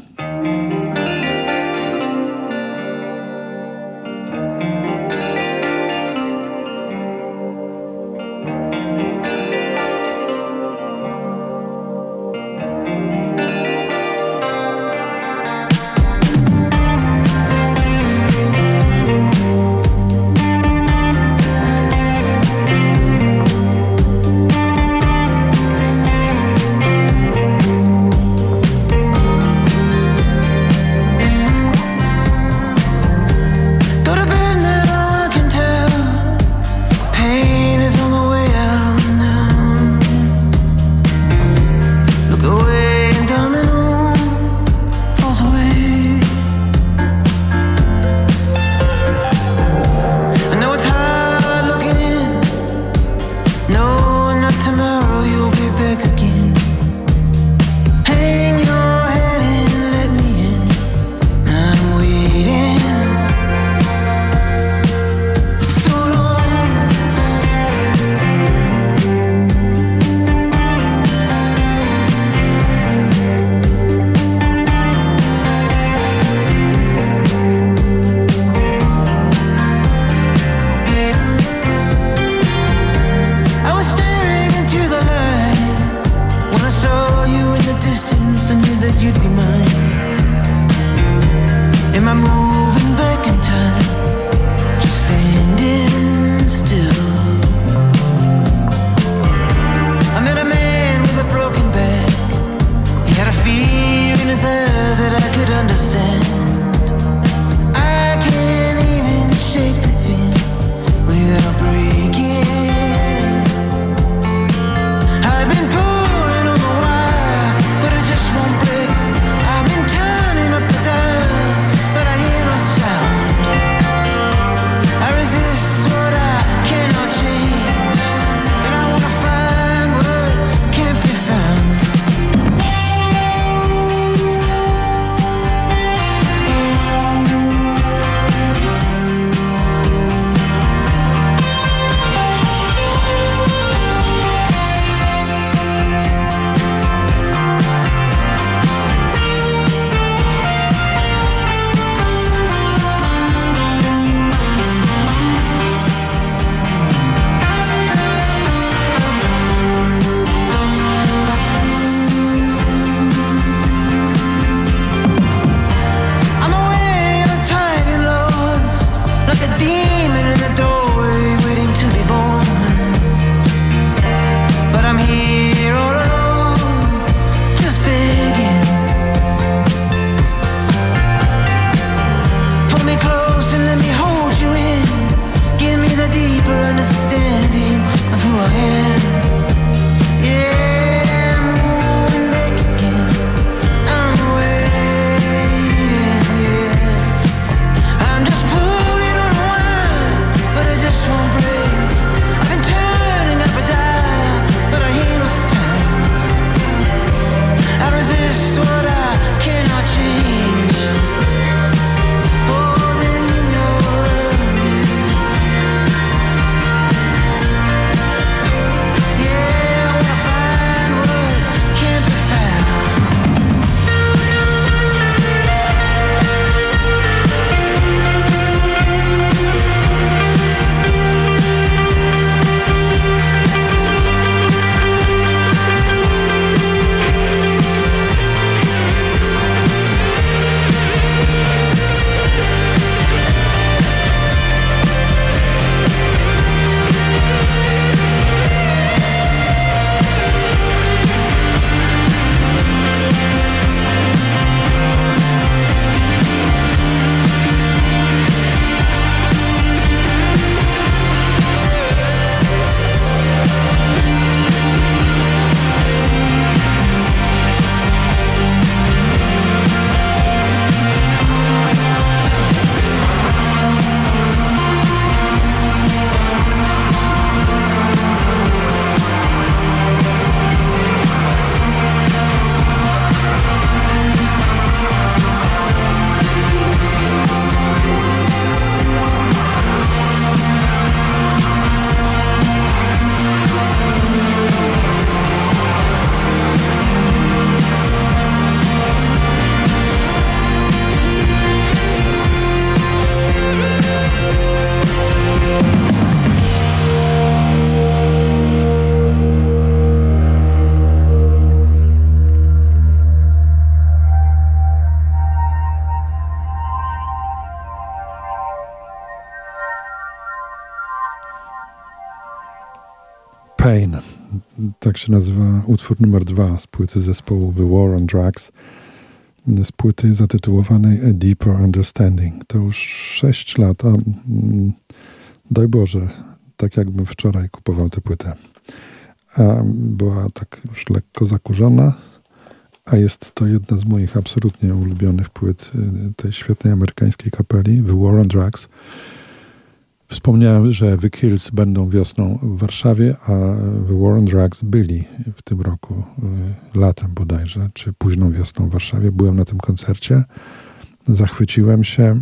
Pain. Tak się nazywa utwór numer dwa z płyty zespołu The War on Drugs, z płyty zatytułowanej A Deeper Understanding. To już sześć lat, a mm, daj Boże, tak jakbym wczoraj kupował tę płytę. A była tak już lekko zakurzona, a jest to jedna z moich absolutnie ulubionych płyt tej świetnej amerykańskiej kapeli The War on Drugs. Wspomniałem, że The Kills będą wiosną w Warszawie, a The War on Drugs byli w tym roku, latem bodajże, czy późną wiosną w Warszawie. Byłem na tym koncercie, zachwyciłem się,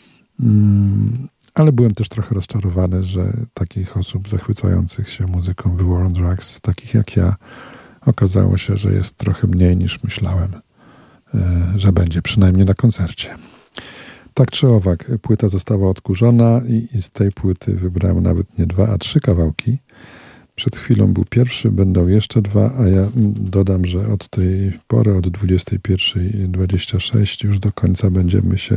ale byłem też trochę rozczarowany, że takich osób zachwycających się muzyką The War on Drugs, takich jak ja, okazało się, że jest trochę mniej niż myślałem, że będzie, przynajmniej na koncercie. Tak czy owak, płyta została odkurzona i, i z tej płyty wybrałem nawet nie dwa, a trzy kawałki. Przed chwilą był pierwszy, będą jeszcze dwa, a ja dodam, że od tej pory, od dwudziestej pierwszej dwadzieścia sześć już do końca będziemy się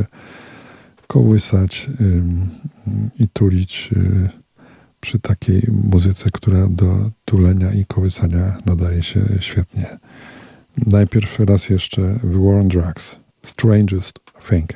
kołysać ym, i tulić y, przy takiej muzyce, która do tulenia i kołysania nadaje się świetnie. Najpierw raz jeszcze The War on Drugs, Strangest Thing.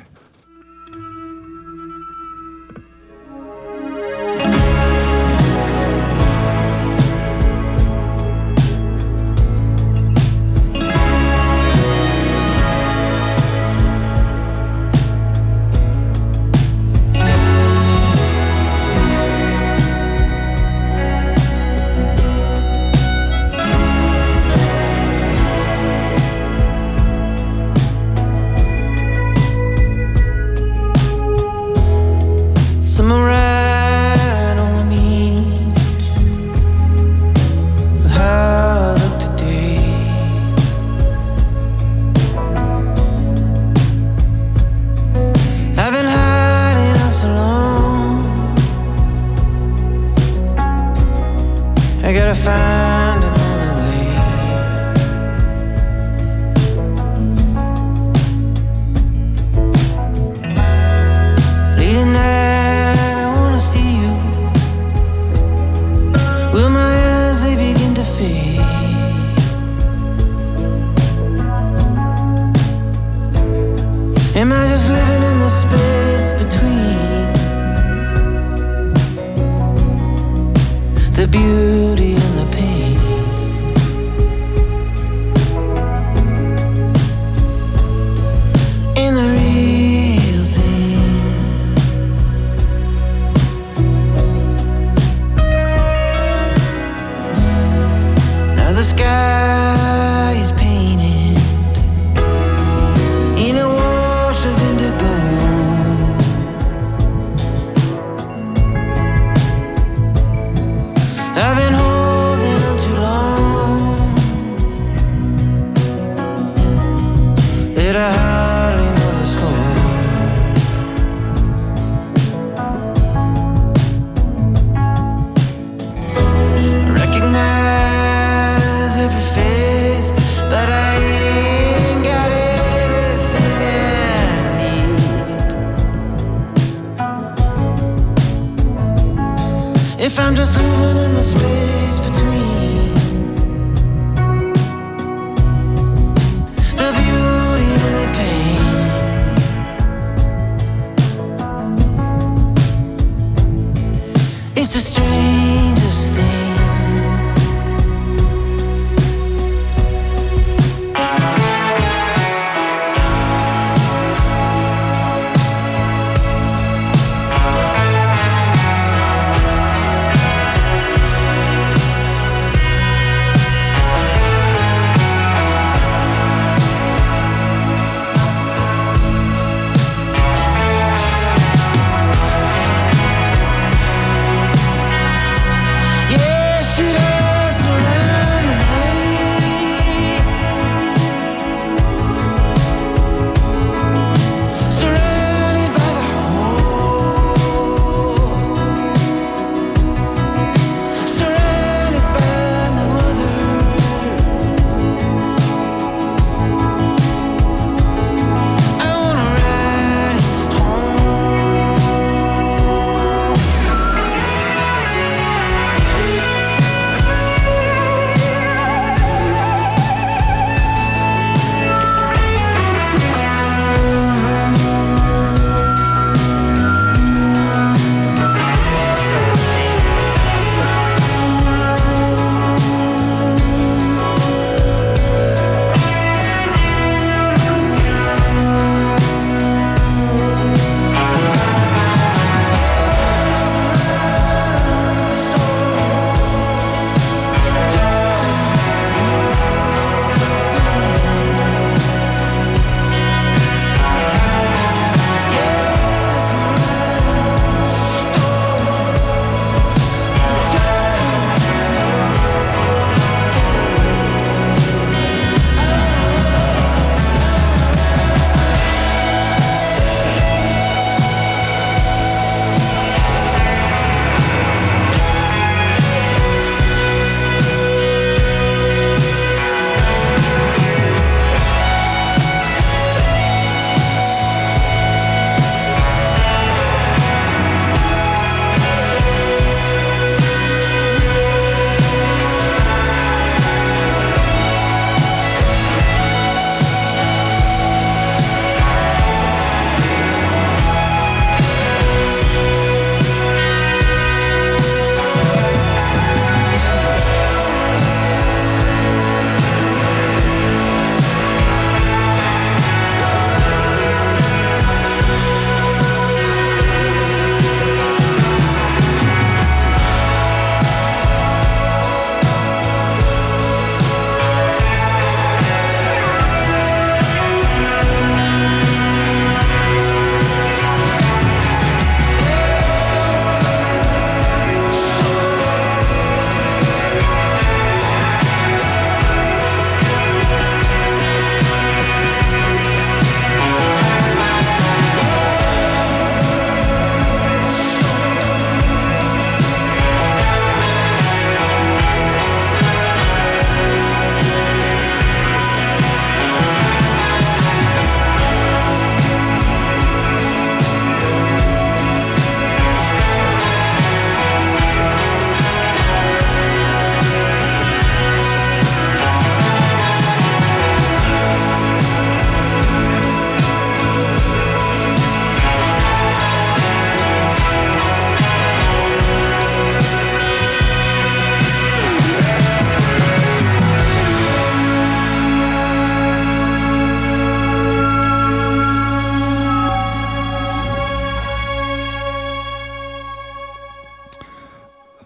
The beauty and the pain.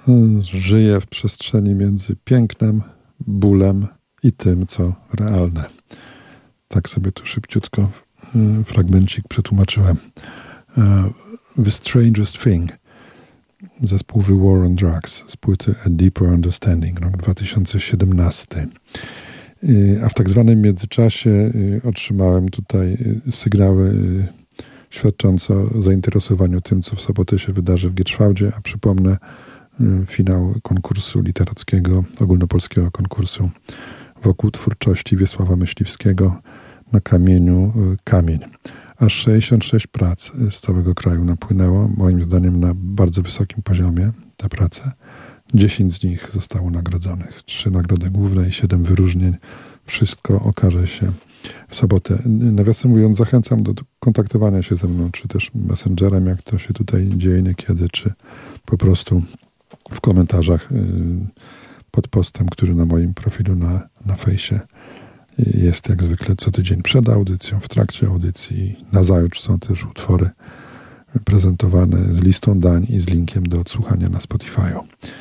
żyje w przestrzeni między pięknem, bólem i tym, co realne. Tak sobie tu szybciutko fragmencik przetłumaczyłem. The Strangest Thing, zespół The War on Drugs z płyty A Deeper Understanding, rok dwa tysiące siedemnasty. A w tak zwanym międzyczasie otrzymałem tutaj sygnały świadczące o zainteresowaniu tym, co w sobotę się wydarzy w Gierszwałdzie, a przypomnę finał konkursu literackiego, ogólnopolskiego konkursu wokół twórczości Wiesława Myśliwskiego na kamieniu Kamień. Aż sześćdziesiąt sześć prac z całego kraju napłynęło, moim zdaniem na bardzo wysokim poziomie te prace. dziesięć z nich zostało nagrodzonych. Trzy nagrody główne i siedem wyróżnień. Wszystko okaże się w sobotę. Nawiasem mówiąc, zachęcam do kontaktowania się ze mną, czy też messengerem, jak to się tutaj dzieje niekiedy, czy po prostu w komentarzach pod postem, który na moim profilu na, na fejsie jest jak zwykle co tydzień przed audycją, w trakcie audycji. Nazajutrz są też utwory prezentowane z listą dań i z linkiem do odsłuchania na Spotify'u.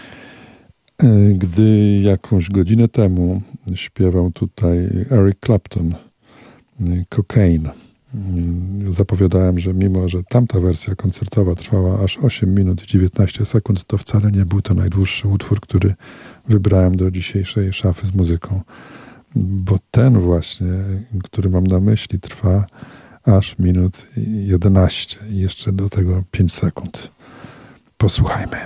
Gdy jakąś godzinę temu śpiewał tutaj Eric Clapton Cocaine, zapowiadałem, że mimo, że tamta wersja koncertowa trwała aż osiem minut i dziewiętnaście sekund, to wcale nie był to najdłuższy utwór, który wybrałem do dzisiejszej szafy z muzyką. Bo ten właśnie, który mam na myśli, trwa aż minut jedenaście i jeszcze do tego pięć sekund. Posłuchajmy.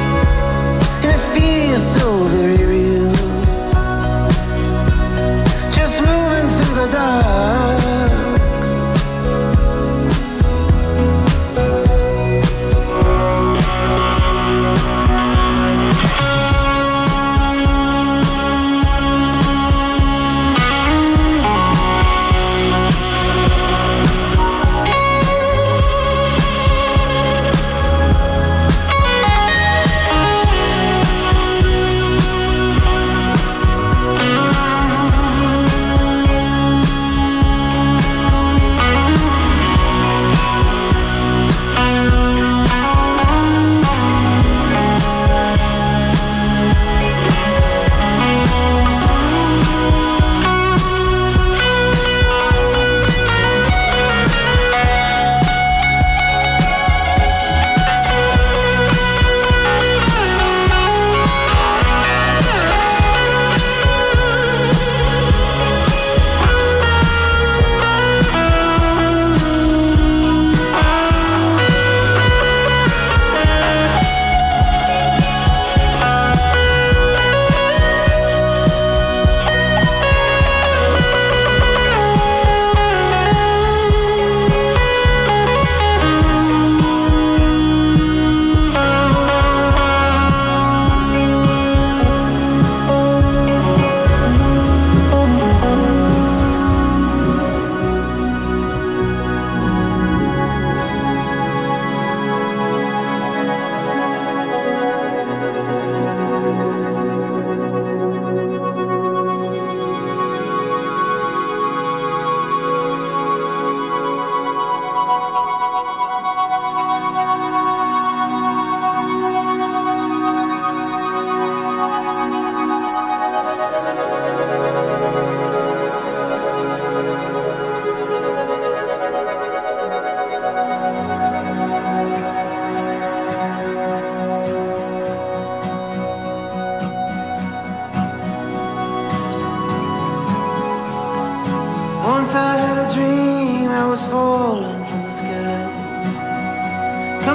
So very real.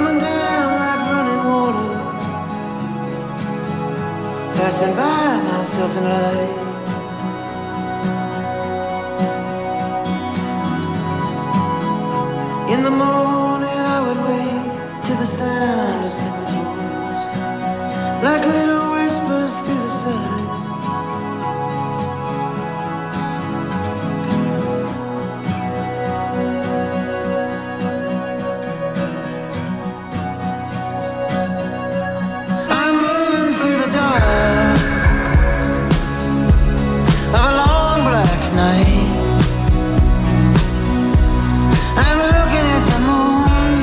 coming down like running water, passing by myself in light. In the morning I would wake to the sound of someone's voice, like little whispers through the silence. I'm moving through the dark of a long black night. I'm looking at the moon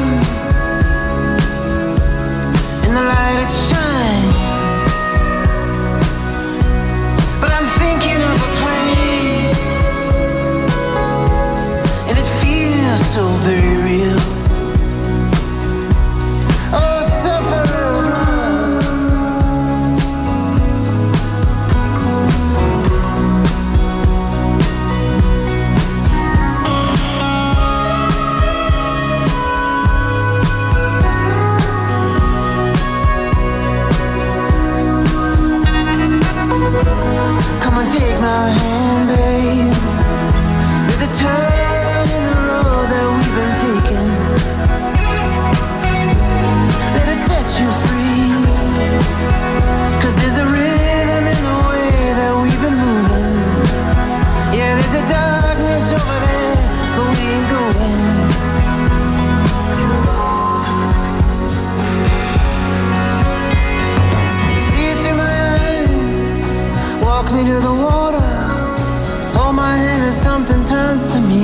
in the light it shines, but I'm thinking of a place, and it feels so very real. Oh, sufferer of love, come and take my hand, babe. There's a turn in the road that we've been taking. Let it set you free, 'cause there's a rhythm in the way that we've been moving. Yeah, there's a darkness over there, but we ain't going. See it through my eyes, walk me to the water, hold my hand as something turns to me.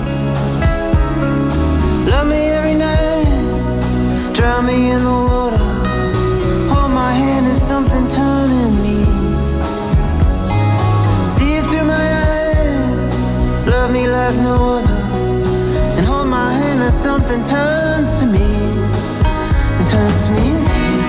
Love me every night, drown me in the water, hold my hand as something turning me. See it through my eyes, love me like no other, and hold my hand as something turns to me, and turns me into you.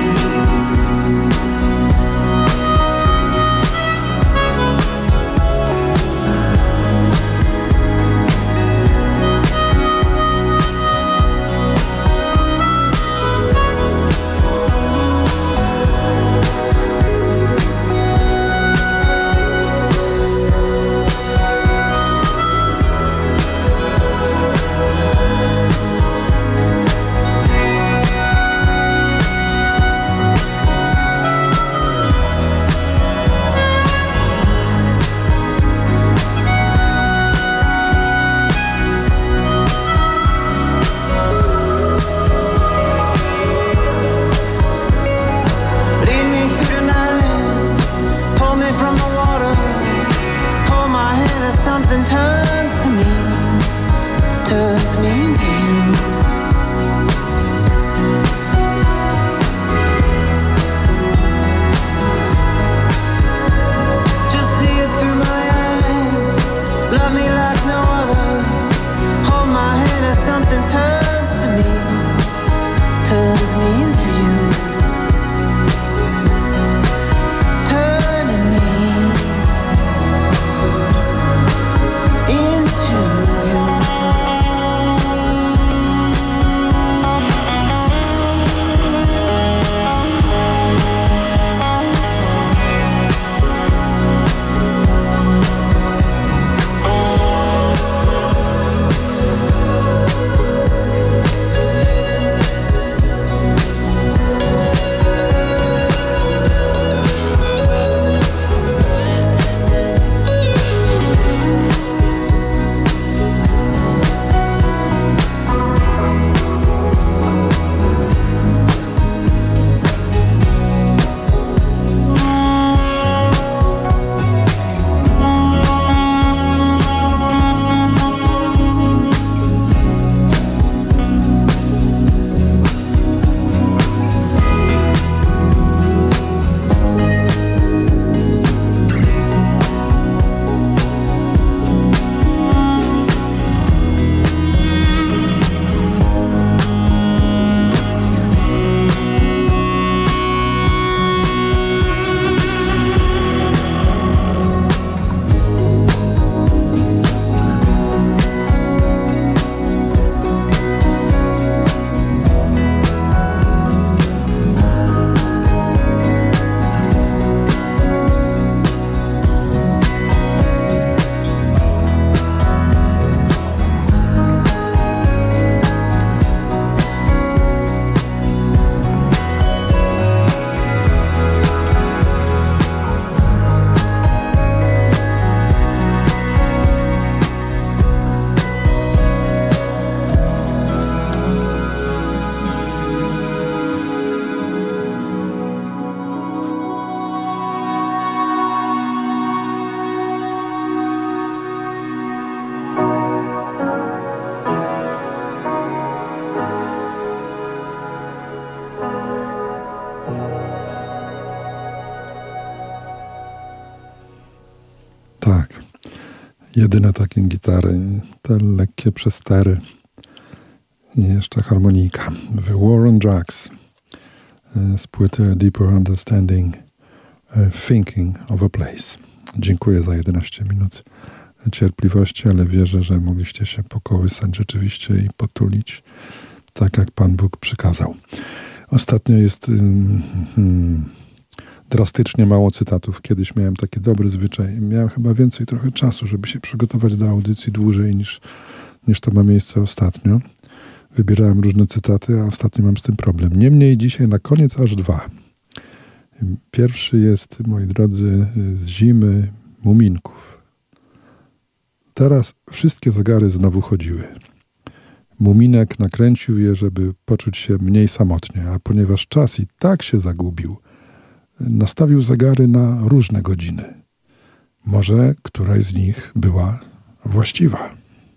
Tak. Jedyne takie gitary, te lekkie przestery i jeszcze harmonika. The War on Drugs z płyty Deeper Understanding Thinking of a Place. Dziękuję za jedenaście minut cierpliwości, ale wierzę, że mogliście się pokołysać rzeczywiście i potulić tak, jak Pan Bóg przykazał. Ostatnio jest hmm, hmm, drastycznie mało cytatów. Kiedyś miałem taki dobry zwyczaj. Miałem chyba więcej trochę czasu, żeby się przygotować do audycji dłużej niż, niż to ma miejsce ostatnio. Wybierałem różne cytaty, a ostatnio mam z tym problem. Niemniej dzisiaj na koniec aż dwa. Pierwszy jest, moi drodzy, z zimy Muminków. Teraz wszystkie zegary znowu chodziły. Muminek nakręcił je, żeby poczuć się mniej samotnie, a ponieważ czas i tak się zagubił, nastawił zegary na różne godziny. Może któraś z nich była właściwa.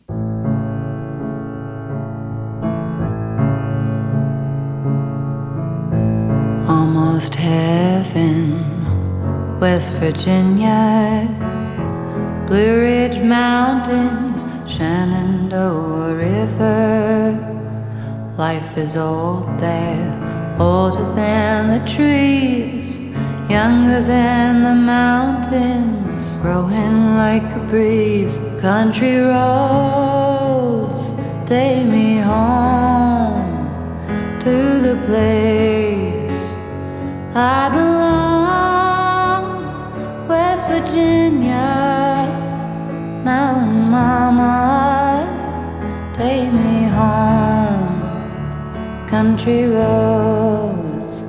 Almost heaven, West Virginia, Blue Ridge Mountains, Shenandoah River. Life is old there, older than the trees, younger than the mountains, growing like a breeze. Country roads take me home to the place I belong. West Virginia, Mountain Mama, take me home. Country roads,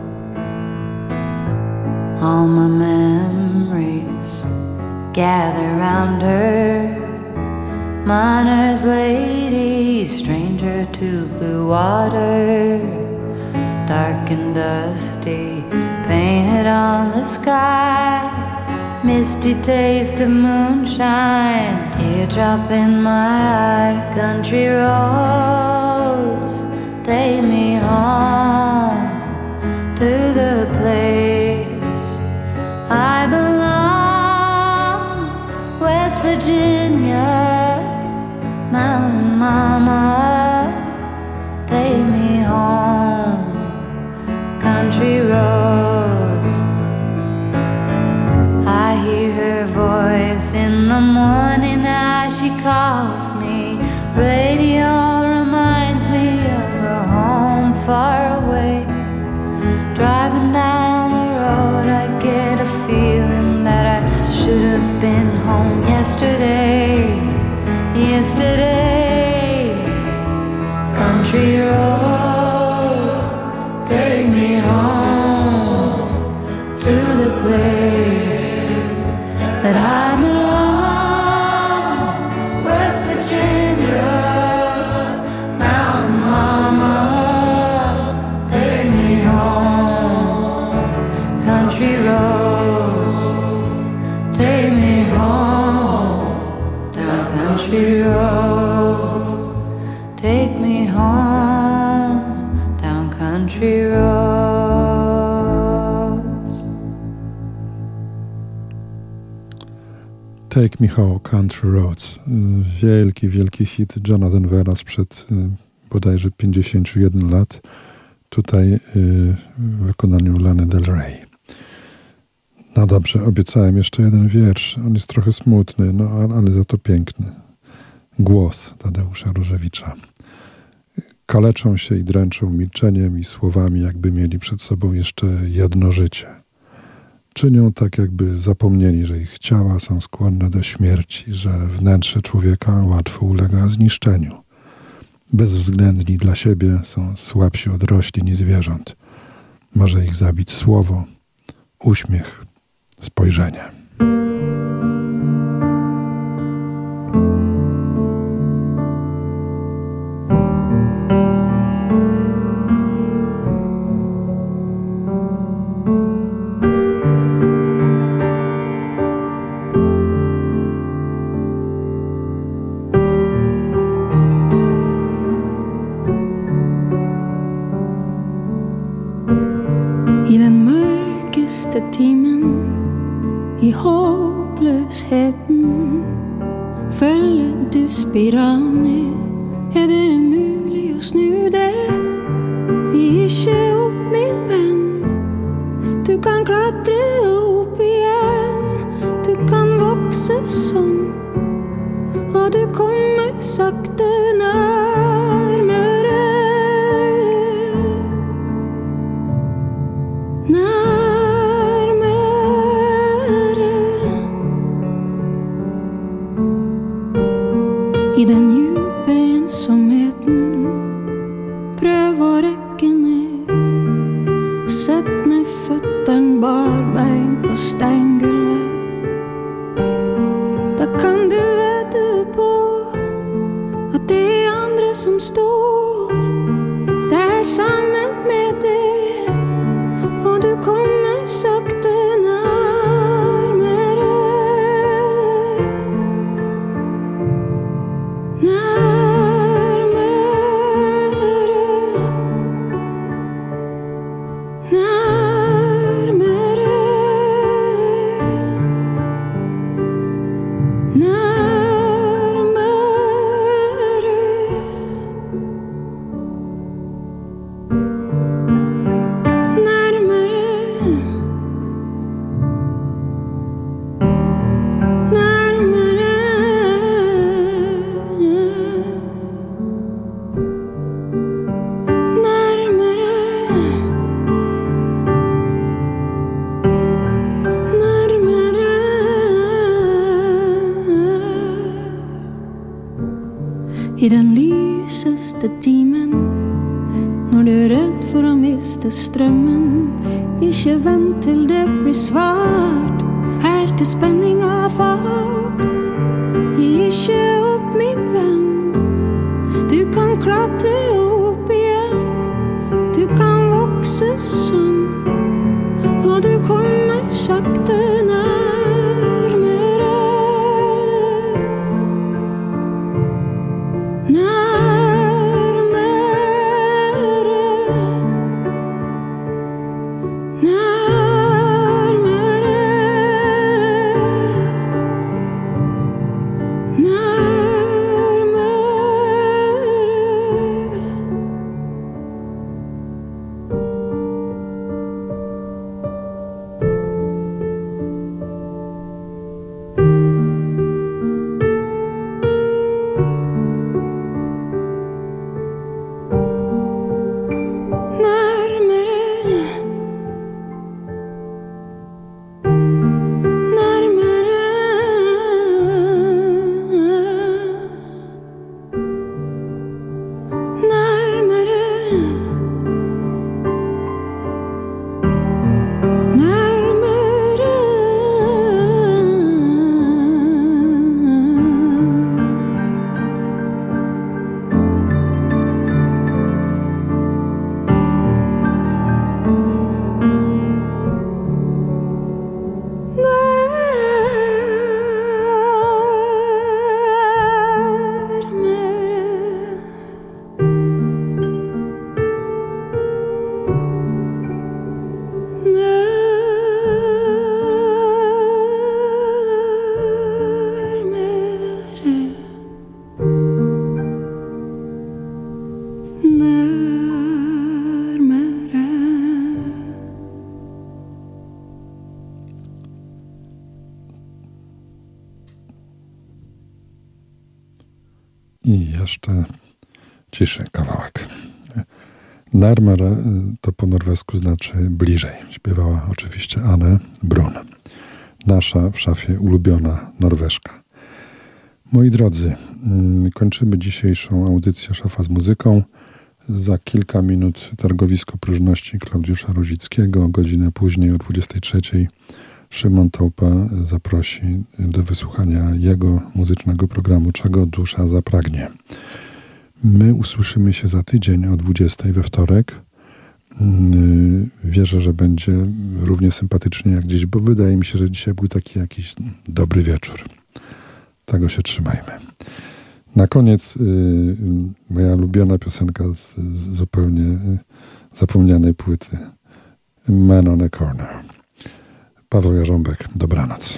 all my memories gather round her. Miner's lady, stranger to blue water, dark and dusty, painted on the sky. Misty taste of moonshine, teardrop in my eye. Country roads take me home to the place I belong. West Virginia, Mountain Mama, take me home. Country roads, I hear her voice in the morning as she calls me. Radio reminds me of a home far away. Driving down the road, I get a feeling that I should have been home yesterday. Yesterday, country roads take me home to the place that I belong. West Virginia, Mountain Mama, take me home. Country roads take me home. Down country roads take me home. Down country roads. Take Me Home, Country Roads. Wielki, wielki hit Johna Denvera sprzed bodajże pięćdziesięciu jeden lat. Tutaj w wykonaniu Lany Del Rey. No dobrze, obiecałem jeszcze jeden wiersz. On jest trochę smutny, no ale za to piękny. Głos Tadeusza Różewicza. Kaleczą się i dręczą milczeniem i słowami, jakby mieli przed sobą jeszcze jedno życie. Czynią tak, jakby zapomnieli, że ich ciała są skłonne do śmierci, że wnętrze człowieka łatwo ulega zniszczeniu. Bezwzględni dla siebie, są słabsi od roślin i zwierząt. Może ich zabić słowo, uśmiech, spojrzenie. Ile siste timen i håpløsheten. Følger du spiralen, er det mulig å snu det? Ikke opp, min venn. Du kan klatre opp igjen. Du kan vokse sånn, og du kommer sakte nærmere. Nærmere. I den djupe ensomheten, prøv å rekke ned. Sett ned føtteren barbeint på steingulvet. Da kan du vedde på at det er andre som står der sammen med deg, og du kommer sakte nærmere. Nærmere. Nærmere. I den lyseste timen, når du er redd for å miste strømmen, ikke vent til det blir svart, helt til spenninga falt. Ikke opp, min venn. Du kan klatre opp igjen. Du kan vokse sånn, og du kommer sakte nærmere. I jeszcze ciszy kawałek. Nærmere to po norwesku znaczy bliżej. Śpiewała oczywiście Anne Brun, nasza w szafie ulubiona Norweszka. Moi drodzy, kończymy dzisiejszą audycję Szafa z muzyką. Za kilka minut targowisko próżności Klaudiusza Rozickiego. Godzinę później o dwudziestej trzeciej Szymon Tołpa zaprosi do wysłuchania jego muzycznego programu Czego dusza zapragnie. My usłyszymy się za tydzień o dwudziestej we wtorek. Wierzę, że będzie równie sympatycznie jak dziś, bo wydaje mi się, że dzisiaj był taki jakiś dobry wieczór. Tego się trzymajmy. Na koniec y, moja ulubiona piosenka z, z zupełnie zapomnianej płyty Man on a Corner. Paweł Jarząbek, dobranoc.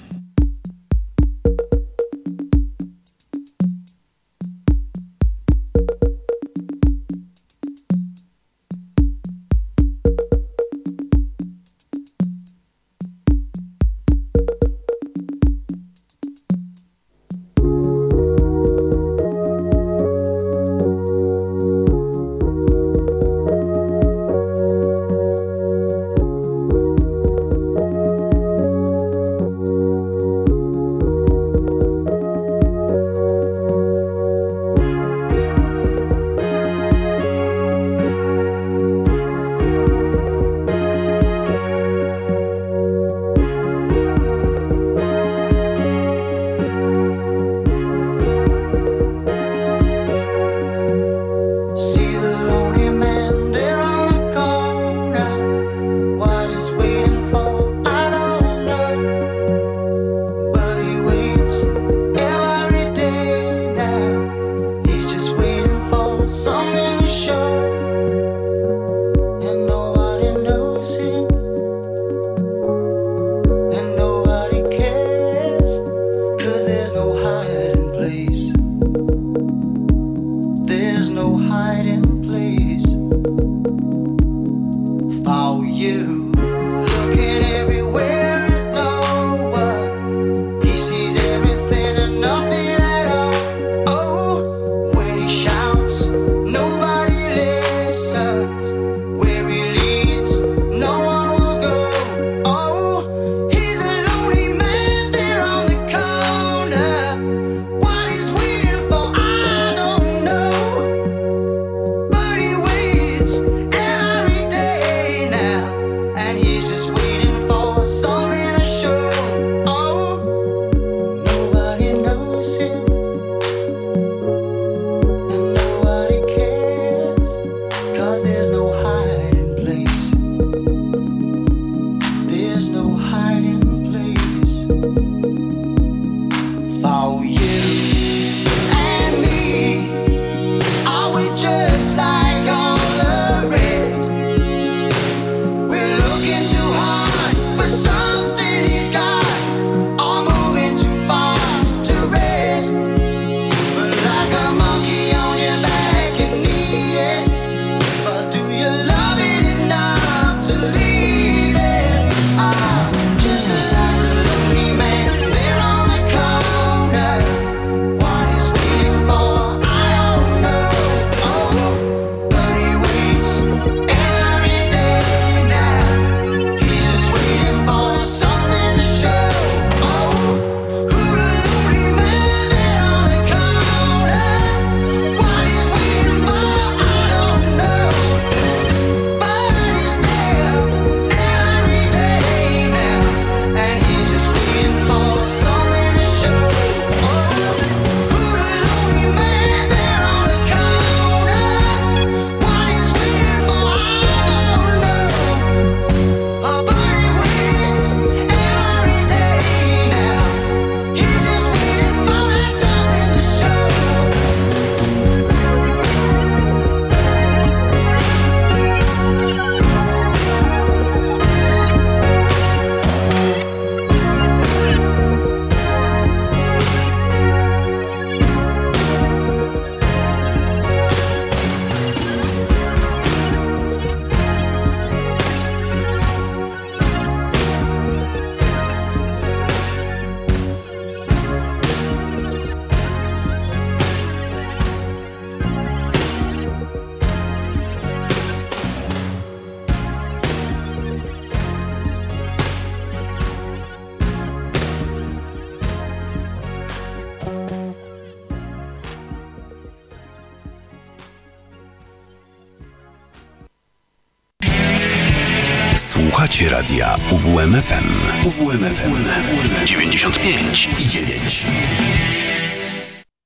Słuchacie radia U W M F M. U W M F M dziewięćdziesiąt pięć i dziewięć.